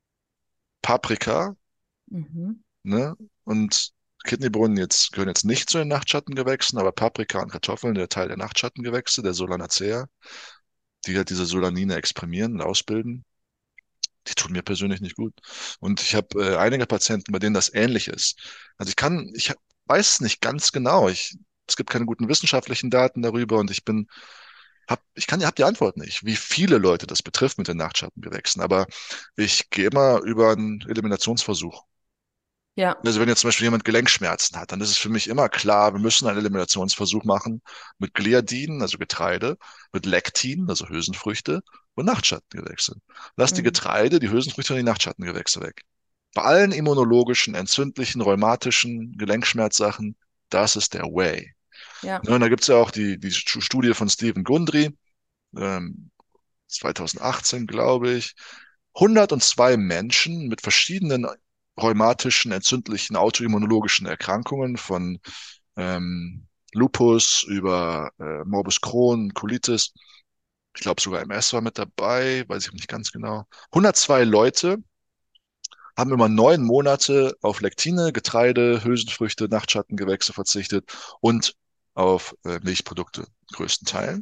Paprika, Mhm. ne? Und Kidneybohnen jetzt gehören jetzt nicht zu den Nachtschattengewächsen, aber Paprika und Kartoffeln, der Teil der Nachtschattengewächse, der Solanacea, die halt diese Solanine exprimieren und ausbilden, die tun mir persönlich nicht gut. Und ich habe äh, einige Patienten, bei denen das ähnlich ist. Also ich kann, ich hab- weiß es nicht ganz genau. Ich, es gibt keine guten wissenschaftlichen Daten darüber und ich bin, hab, ich kann, hab die Antwort nicht, wie viele Leute das betrifft mit den Nachtschattengewächsen. Aber ich gehe immer über einen Eliminationsversuch. Ja. Also wenn jetzt zum Beispiel jemand Gelenkschmerzen hat, dann ist es für mich immer klar, wir müssen einen Eliminationsversuch machen mit Gliadin, also Getreide, mit Lektin, also Hülsenfrüchte und Nachtschattengewächse. Lass die Mhm. Getreide, die Hülsenfrüchte und die Nachtschattengewächse weg. Bei allen immunologischen, entzündlichen, rheumatischen Gelenkschmerzsachen, das ist der Way. Ja. Ne, und da gibt's ja auch die, die Studie von Stephen Gundry, ähm, zwanzig achtzehn, glaube ich, hundertzwei Menschen mit verschiedenen rheumatischen, entzündlichen, autoimmunologischen Erkrankungen von ähm, Lupus über äh, Morbus Crohn, Colitis. Ich glaube sogar M S war mit dabei, weiß ich nicht ganz genau. hundertzwei Leute haben immer neun Monate auf Lektine, Getreide, Hülsenfrüchte, Nachtschattengewächse verzichtet und auf äh, Milchprodukte in größten Teilen.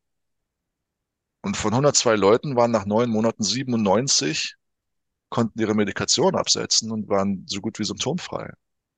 Und von hundertzwei Leuten waren nach neun Monaten siebenundneunzig, konnten ihre Medikation absetzen und waren so gut wie symptomfrei.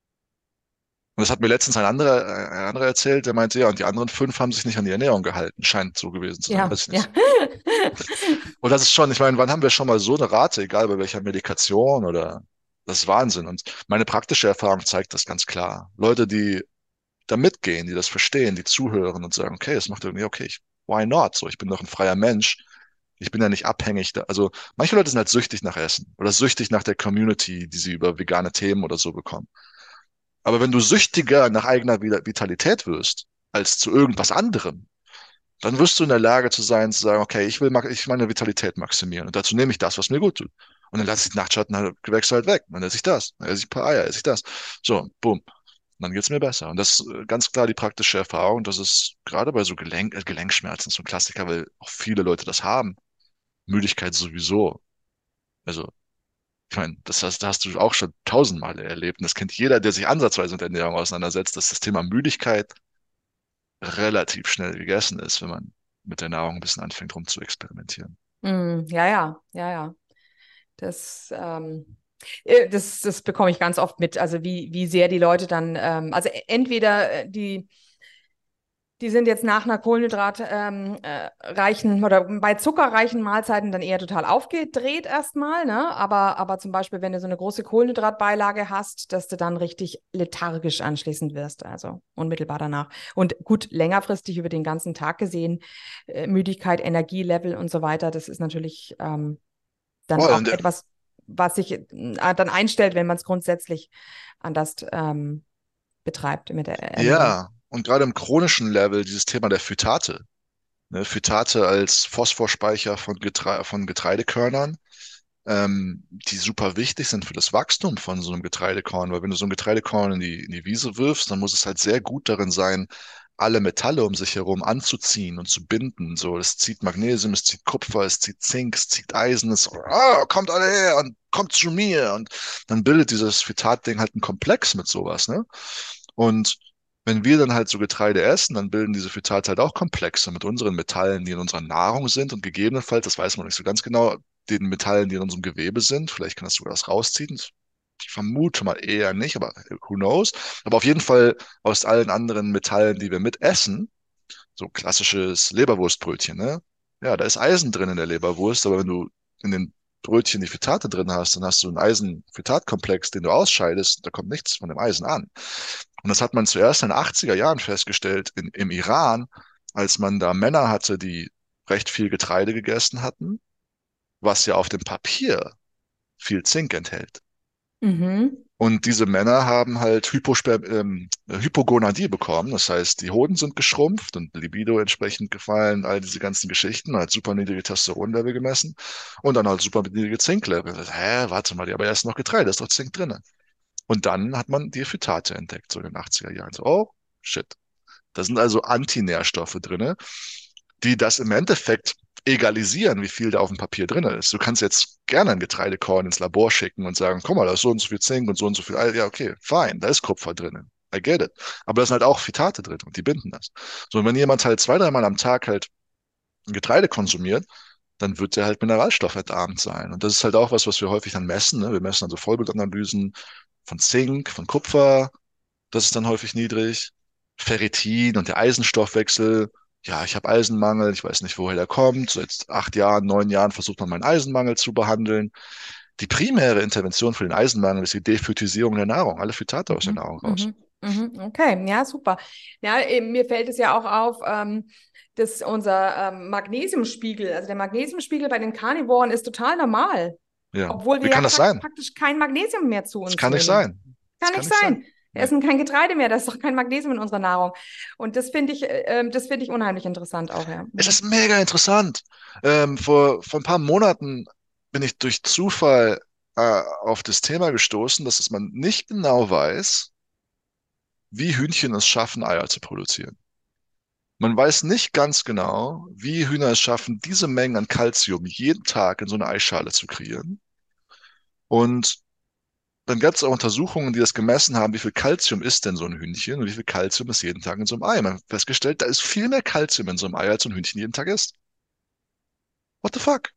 Und das hat mir letztens ein anderer, äh, ein anderer erzählt, der meinte, ja, und die anderen fünf haben sich nicht an die Ernährung gehalten. Scheint so gewesen zu sein, Ja. weiß ich nicht. Ja. Und das ist schon, ich meine, wann haben wir schon mal so eine Rate, egal bei welcher Medikation oder, das ist Wahnsinn. Und meine praktische Erfahrung zeigt das ganz klar. Leute, die da mitgehen, die das verstehen, die zuhören und sagen, okay, das macht irgendwie, okay, ich, why not? So, ich bin doch ein freier Mensch. Ich bin ja nicht abhängig. Da, also manche Leute sind halt süchtig nach Essen oder süchtig nach der Community, die sie über vegane Themen oder so bekommen. Aber wenn du süchtiger nach eigener Vitalität wirst, als zu irgendwas anderem, dann wirst du in der Lage zu sein, zu sagen, okay, ich will ich meine Vitalität maximieren. Und dazu nehme ich das, was mir gut tut. Und dann lasse ich die Nachtschattengewächse halt weg. Dann esse ich das. Dann esse ich ein paar Eier, esse ich das. So, boom. Und dann geht's mir besser. Und das ist äh, ganz klar die praktische Erfahrung. Das ist gerade bei so Gelenk, äh, Gelenkschmerzen so ein Klassiker, weil auch viele Leute das haben. Müdigkeit sowieso. Also, ich meine, das hast, das hast du auch schon tausendmal erlebt. Und das kennt jeder, der sich ansatzweise mit Ernährung auseinandersetzt, dass das Thema Müdigkeit relativ schnell gegessen ist, wenn man mit der Nahrung ein bisschen anfängt, rum zu experimentieren. Mm, ja, ja, ja, ja. Das, ähm, äh, das, das bekomme ich ganz oft mit. Also wie, wie sehr die Leute dann, ähm, also e- entweder äh, die Die sind jetzt nach einer kohlenhydratreichen ähm, äh, reichen oder bei zuckerreichen Mahlzeiten dann eher total aufgedreht erstmal, ne? Aber, aber zum Beispiel, wenn du so eine große Kohlenhydratbeilage hast, dass du dann richtig lethargisch anschließend wirst, also unmittelbar danach. Und gut, längerfristig über den ganzen Tag gesehen, äh, Müdigkeit, Energielevel und so weiter, das ist natürlich ähm, dann Voll. auch Und, äh, etwas, was sich äh, dann einstellt, wenn man es grundsätzlich anders ähm, betreibt mit der Ernährung. ja, und gerade im chronischen Level dieses Thema der Phytate. Ne? Phytate als Phosphorspeicher von, Getre von Getreidekörnern. ähm, die super wichtig sind für das Wachstum von so einem Getreidekorn, weil wenn du so ein Getreidekorn in die, in die Wiese wirfst, dann muss es halt sehr gut darin sein, alle Metalle um sich herum anzuziehen und zu binden. So, es zieht Magnesium, es zieht Kupfer, es zieht Zink, es zieht Eisen, es, ah, kommt alle her und kommt zu mir. Und dann bildet dieses Phytatding halt einen Komplex mit sowas, ne? Und wenn wir dann halt so Getreide essen, dann bilden diese Phytate halt auch Komplexe mit unseren Metallen, die in unserer Nahrung sind und gegebenenfalls, das weiß man nicht so ganz genau, den Metallen, die in unserem Gewebe sind. Vielleicht kann das sogar das rausziehen. Ich vermute mal eher nicht, aber who knows. Aber auf jeden Fall aus allen anderen Metallen, die wir mitessen, so klassisches Leberwurstbrötchen, ne? Ja, da ist Eisen drin in der Leberwurst, aber wenn du in den Brötchen die Phytate drin hast, dann hast du einen Eisen-Phytat-Komplex, den du ausscheidest, da kommt nichts von dem Eisen an. Und das hat man zuerst in den achtziger Jahren festgestellt in, im Iran, als man da Männer hatte, die recht viel Getreide gegessen hatten, was ja auf dem Papier viel Zink enthält. Mhm. Und diese Männer haben halt Hyposper ähm, Hypogonadie bekommen. Das heißt, die Hoden sind geschrumpft und Libido entsprechend gefallen, all diese ganzen Geschichten, halt super niedrige Testosteronlevel gemessen und dann halt super niedrige Zinklevel. Hä, warte mal, aber er ist noch Getreide, da ist doch Zink drin. Und dann hat man die Phytate entdeckt, so in den achtziger Jahren. So, oh, shit. Da sind also Antinährstoffe drinne, die das im Endeffekt egalisieren, wie viel da auf dem Papier drin ist. Du kannst jetzt gerne ein Getreidekorn ins Labor schicken und sagen, guck mal, da ist so und so viel Zink und so und so viel Eisen. Ja, okay, fein, da ist Kupfer drin. I get it. Aber da sind halt auch Phytate drin und die binden das. So, und wenn jemand halt zwei, dreimal am Tag halt Getreide konsumiert, dann wird der halt mineralstofferdarmt sein. Und das ist halt auch was, was wir häufig dann messen. Ne? Wir messen also Vollbildanalysen von Zink, von Kupfer, das ist dann häufig niedrig. Ferritin und der Eisenstoffwechsel. Ja, ich habe Eisenmangel, ich weiß nicht, woher der kommt. Seit acht Jahren, neun Jahren versucht man meinen Eisenmangel zu behandeln. Die primäre Intervention für den Eisenmangel ist die Dephytisierung der Nahrung, alle Phytate aus der Mhm. Nahrung raus. Mhm. Mhm. Okay, ja, super. Ja, eben, mir fällt es ja auch auf, ähm, dass unser ähm, Magnesiumspiegel, also der Magnesiumspiegel bei den Karnivoren ist total normal, Ja, obwohl wir wie ja kann das pra sein? praktisch kein Magnesium mehr zu Das uns kann nicht nehmen. sein. Das Kann kann nicht nicht sein. sein. Wir Nee. essen kein Getreide mehr, da ist doch kein Magnesium in unserer Nahrung. Und das finde ich, äh, ähm, das finde ich unheimlich interessant auch, ja. Es Mhm. ist mega interessant. Ähm, vor, vor ein paar Monaten bin ich durch Zufall äh, auf das Thema gestoßen, dass es man nicht genau weiß, wie Hühnchen es schaffen, Eier zu produzieren. Man weiß nicht ganz genau, wie Hühner es schaffen, diese Mengen an Kalzium jeden Tag in so eine Eischale zu kreieren. Und dann gab es auch Untersuchungen, die das gemessen haben, wie viel Kalzium ist denn so ein Hühnchen und wie viel Kalzium ist jeden Tag in so einem Ei. Man hat festgestellt, da ist viel mehr Kalzium in so einem Ei, als so ein Hühnchen jeden Tag isst. What the fuck?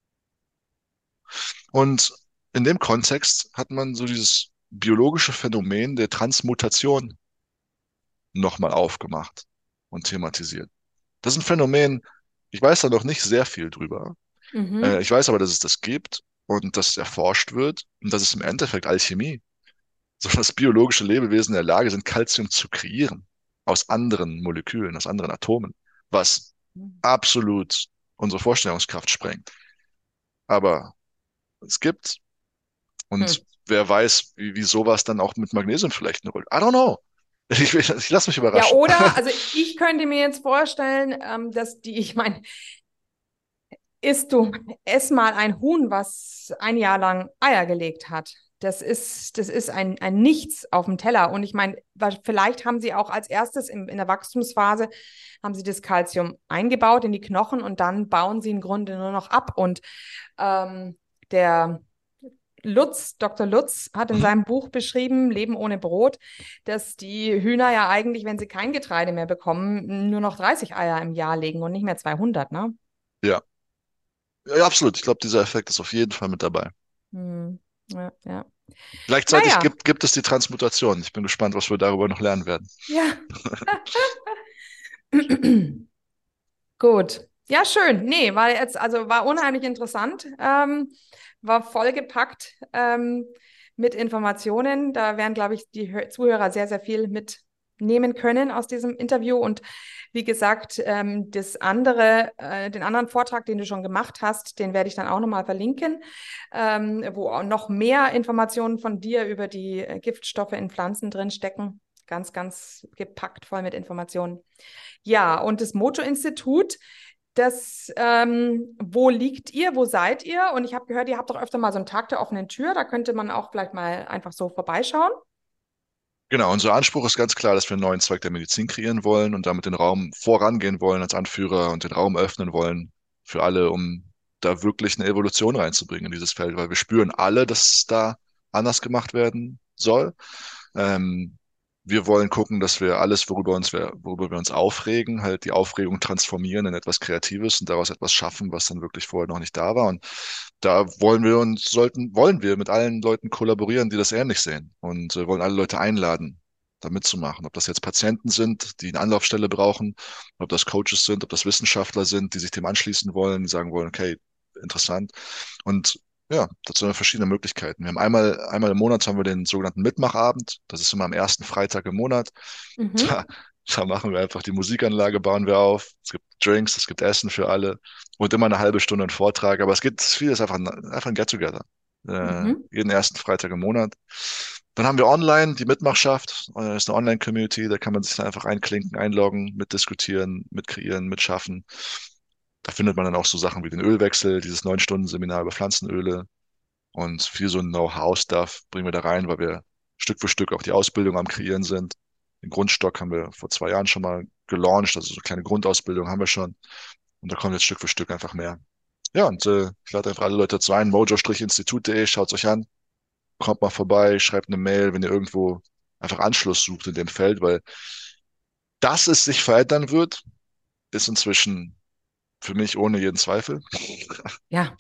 Und in dem Kontext hat man so dieses biologische Phänomen der Transmutation nochmal aufgemacht und thematisiert. Das ist ein Phänomen, ich weiß da noch nicht sehr viel drüber. Äh, Mhm. ich weiß aber, dass es das gibt und dass es erforscht wird und dass es im Endeffekt Alchemie, so dass biologische Lebewesen in der Lage sind, Calcium zu kreieren aus anderen Molekülen, aus anderen Atomen, was absolut unsere Vorstellungskraft sprengt. Aber es gibt Hm. und wer weiß, wie, wie sowas dann auch mit Magnesium vielleicht eine Rolle. I don't know. Ich, ich, ich lasse mich Ja, überraschen. oder, also ich könnte mir jetzt vorstellen, ähm, dass die, ich meine, isst du, ess mal ein Huhn, was ein Jahr lang Eier gelegt hat. Das ist, das ist ein, ein Nichts auf dem Teller. Und ich meine, vielleicht haben sie auch als erstes in, in der Wachstumsphase, haben sie das Kalzium eingebaut in die Knochen und dann bauen sie im Grunde nur noch ab. Und ähm, der Lutz, Doktor Lutz hat in Mhm. seinem Buch beschrieben, Leben ohne Brot, dass die Hühner ja eigentlich, wenn sie kein Getreide mehr bekommen, nur noch dreißig Eier im Jahr legen und nicht mehr zweihundert, ne? Ja. Ja, absolut. Ich glaube, dieser Effekt ist auf jeden Fall mit dabei. Hm. Ja, ja. Gleichzeitig Naja, gibt, gibt es die Transmutation. Ich bin gespannt, was wir darüber noch lernen werden. ja. Gut. Ja, schön. Nee, war jetzt, also war unheimlich interessant. Ähm, war vollgepackt ähm, mit Informationen. Da werden, glaube ich, die Hö- Zuhörer sehr, sehr viel mitnehmen können aus diesem Interview. Und wie gesagt, ähm, das andere, äh, den anderen Vortrag, den du schon gemacht hast, den werde ich dann auch nochmal verlinken, ähm, wo auch noch mehr Informationen von dir über die äh, Giftstoffe in Pflanzen drin stecken. Ganz, ganz gepackt voll mit Informationen. Ja, und das Mojo-Institut. das, ähm, wo liegt ihr, wo seid ihr? Und ich habe gehört, ihr habt doch öfter mal so einen Tag der offenen Tür. Da könnte man auch vielleicht mal einfach so vorbeischauen. Genau, unser Anspruch ist ganz klar, dass wir einen neuen Zweig der Medizin kreieren wollen und damit den Raum vorangehen wollen als Anführer und den Raum öffnen wollen für alle, um da wirklich eine Evolution reinzubringen in dieses Feld, weil wir spüren alle, dass es da anders gemacht werden soll. Ähm, Wir wollen gucken, dass wir alles, worüber uns wir, worüber wir uns aufregen, halt die Aufregung transformieren in etwas Kreatives und daraus etwas schaffen, was dann wirklich vorher noch nicht da war. Und da wollen wir uns, sollten, wollen wir mit allen Leuten kollaborieren, die das ähnlich sehen und äh, wollen alle Leute einladen, da mitzumachen. Ob das jetzt Patienten sind, die eine Anlaufstelle brauchen, ob das Coaches sind, ob das Wissenschaftler sind, die sich dem anschließen wollen, die sagen wollen, okay, interessant. Und ja, dazu haben wir verschiedene Möglichkeiten. Wir haben einmal, einmal im Monat haben wir den sogenannten Mitmachabend. Das ist immer am ersten Freitag im Monat. Mhm. Da, da machen wir einfach die Musikanlage, bauen wir auf. Es gibt Drinks, es gibt Essen für alle und immer eine halbe Stunde einen Vortrag. Aber es geht viel, ist einfach ein, einfach ein Get-Together. Äh, Mhm. jeden ersten Freitag im Monat. Dann haben wir online die Mitmachschaft. Äh, Das ist eine Online-Community, da kann man sich dann einfach einklinken, einloggen, mitdiskutieren, mitkreieren, mitschaffen. Da findet man dann auch so Sachen wie den Ölwechsel, dieses neun-Stunden-Seminar über Pflanzenöle und viel so Know-how-Stuff bringen wir da rein, weil wir Stück für Stück auch die Ausbildung am Kreieren sind. Den Grundstock haben wir vor zwei Jahren schon mal gelauncht, also so eine kleine Grundausbildung haben wir schon. Und da kommt jetzt Stück für Stück einfach mehr. Ja, und äh, ich lade einfach alle Leute dazu ein, mojo-institut punkt de, schaut euch an, kommt mal vorbei, schreibt eine Mail, wenn ihr irgendwo einfach Anschluss sucht in dem Feld, weil dass es sich verändern wird, ist inzwischen für mich ohne jeden Zweifel. Ja.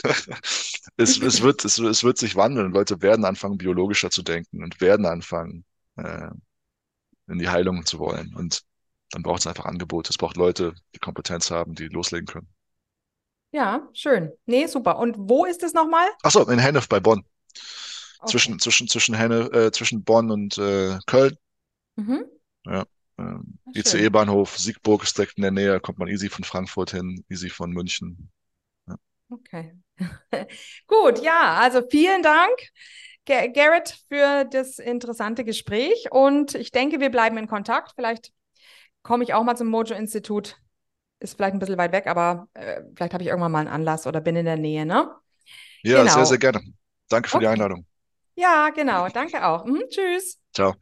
Es, es wird, es, es wird sich wandeln. Leute werden anfangen, biologischer zu denken und werden anfangen, äh, in die Heilung zu wollen. Und dann braucht es einfach Angebote. Es braucht Leute, die Kompetenz haben, die loslegen können. Ja, schön. Nee, super. Und wo ist es nochmal? Ach so, in Hennef bei Bonn. Okay. Zwischen, zwischen, zwischen Henne, äh, zwischen Bonn und äh, Köln. Mhm. Ja. Ähm, Schön. I C E-Bahnhof, Siegburg ist direkt in der Nähe, kommt man easy von Frankfurt hin, easy von München. Ja, Okay. Gut, ja, also vielen Dank, Ge- Gerrit, für das interessante Gespräch. Und ich denke, wir bleiben in Kontakt. Vielleicht komme ich auch mal zum Mojo-Institut. Ist vielleicht ein bisschen weit weg, aber äh, vielleicht habe ich irgendwann mal einen Anlass oder bin in der Nähe, ne? ja, sehr, sehr Genau. gerne. Danke für die Okay. Einladung. Ja, genau. Danke auch. Mhm, tschüss. Ciao.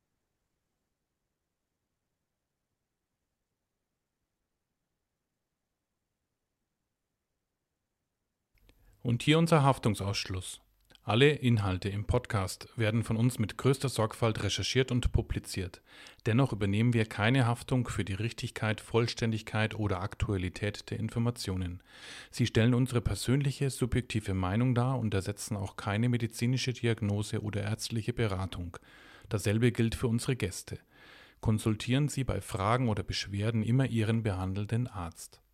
Und hier unser Haftungsausschluss. Alle Inhalte im Podcast werden von uns mit größter Sorgfalt recherchiert und publiziert. Dennoch übernehmen wir keine Haftung für die Richtigkeit, Vollständigkeit oder Aktualität der Informationen. Sie stellen unsere persönliche, subjektive Meinung dar und ersetzen auch keine medizinische Diagnose oder ärztliche Beratung. Dasselbe gilt für unsere Gäste. Konsultieren Sie bei Fragen oder Beschwerden immer Ihren behandelnden Arzt.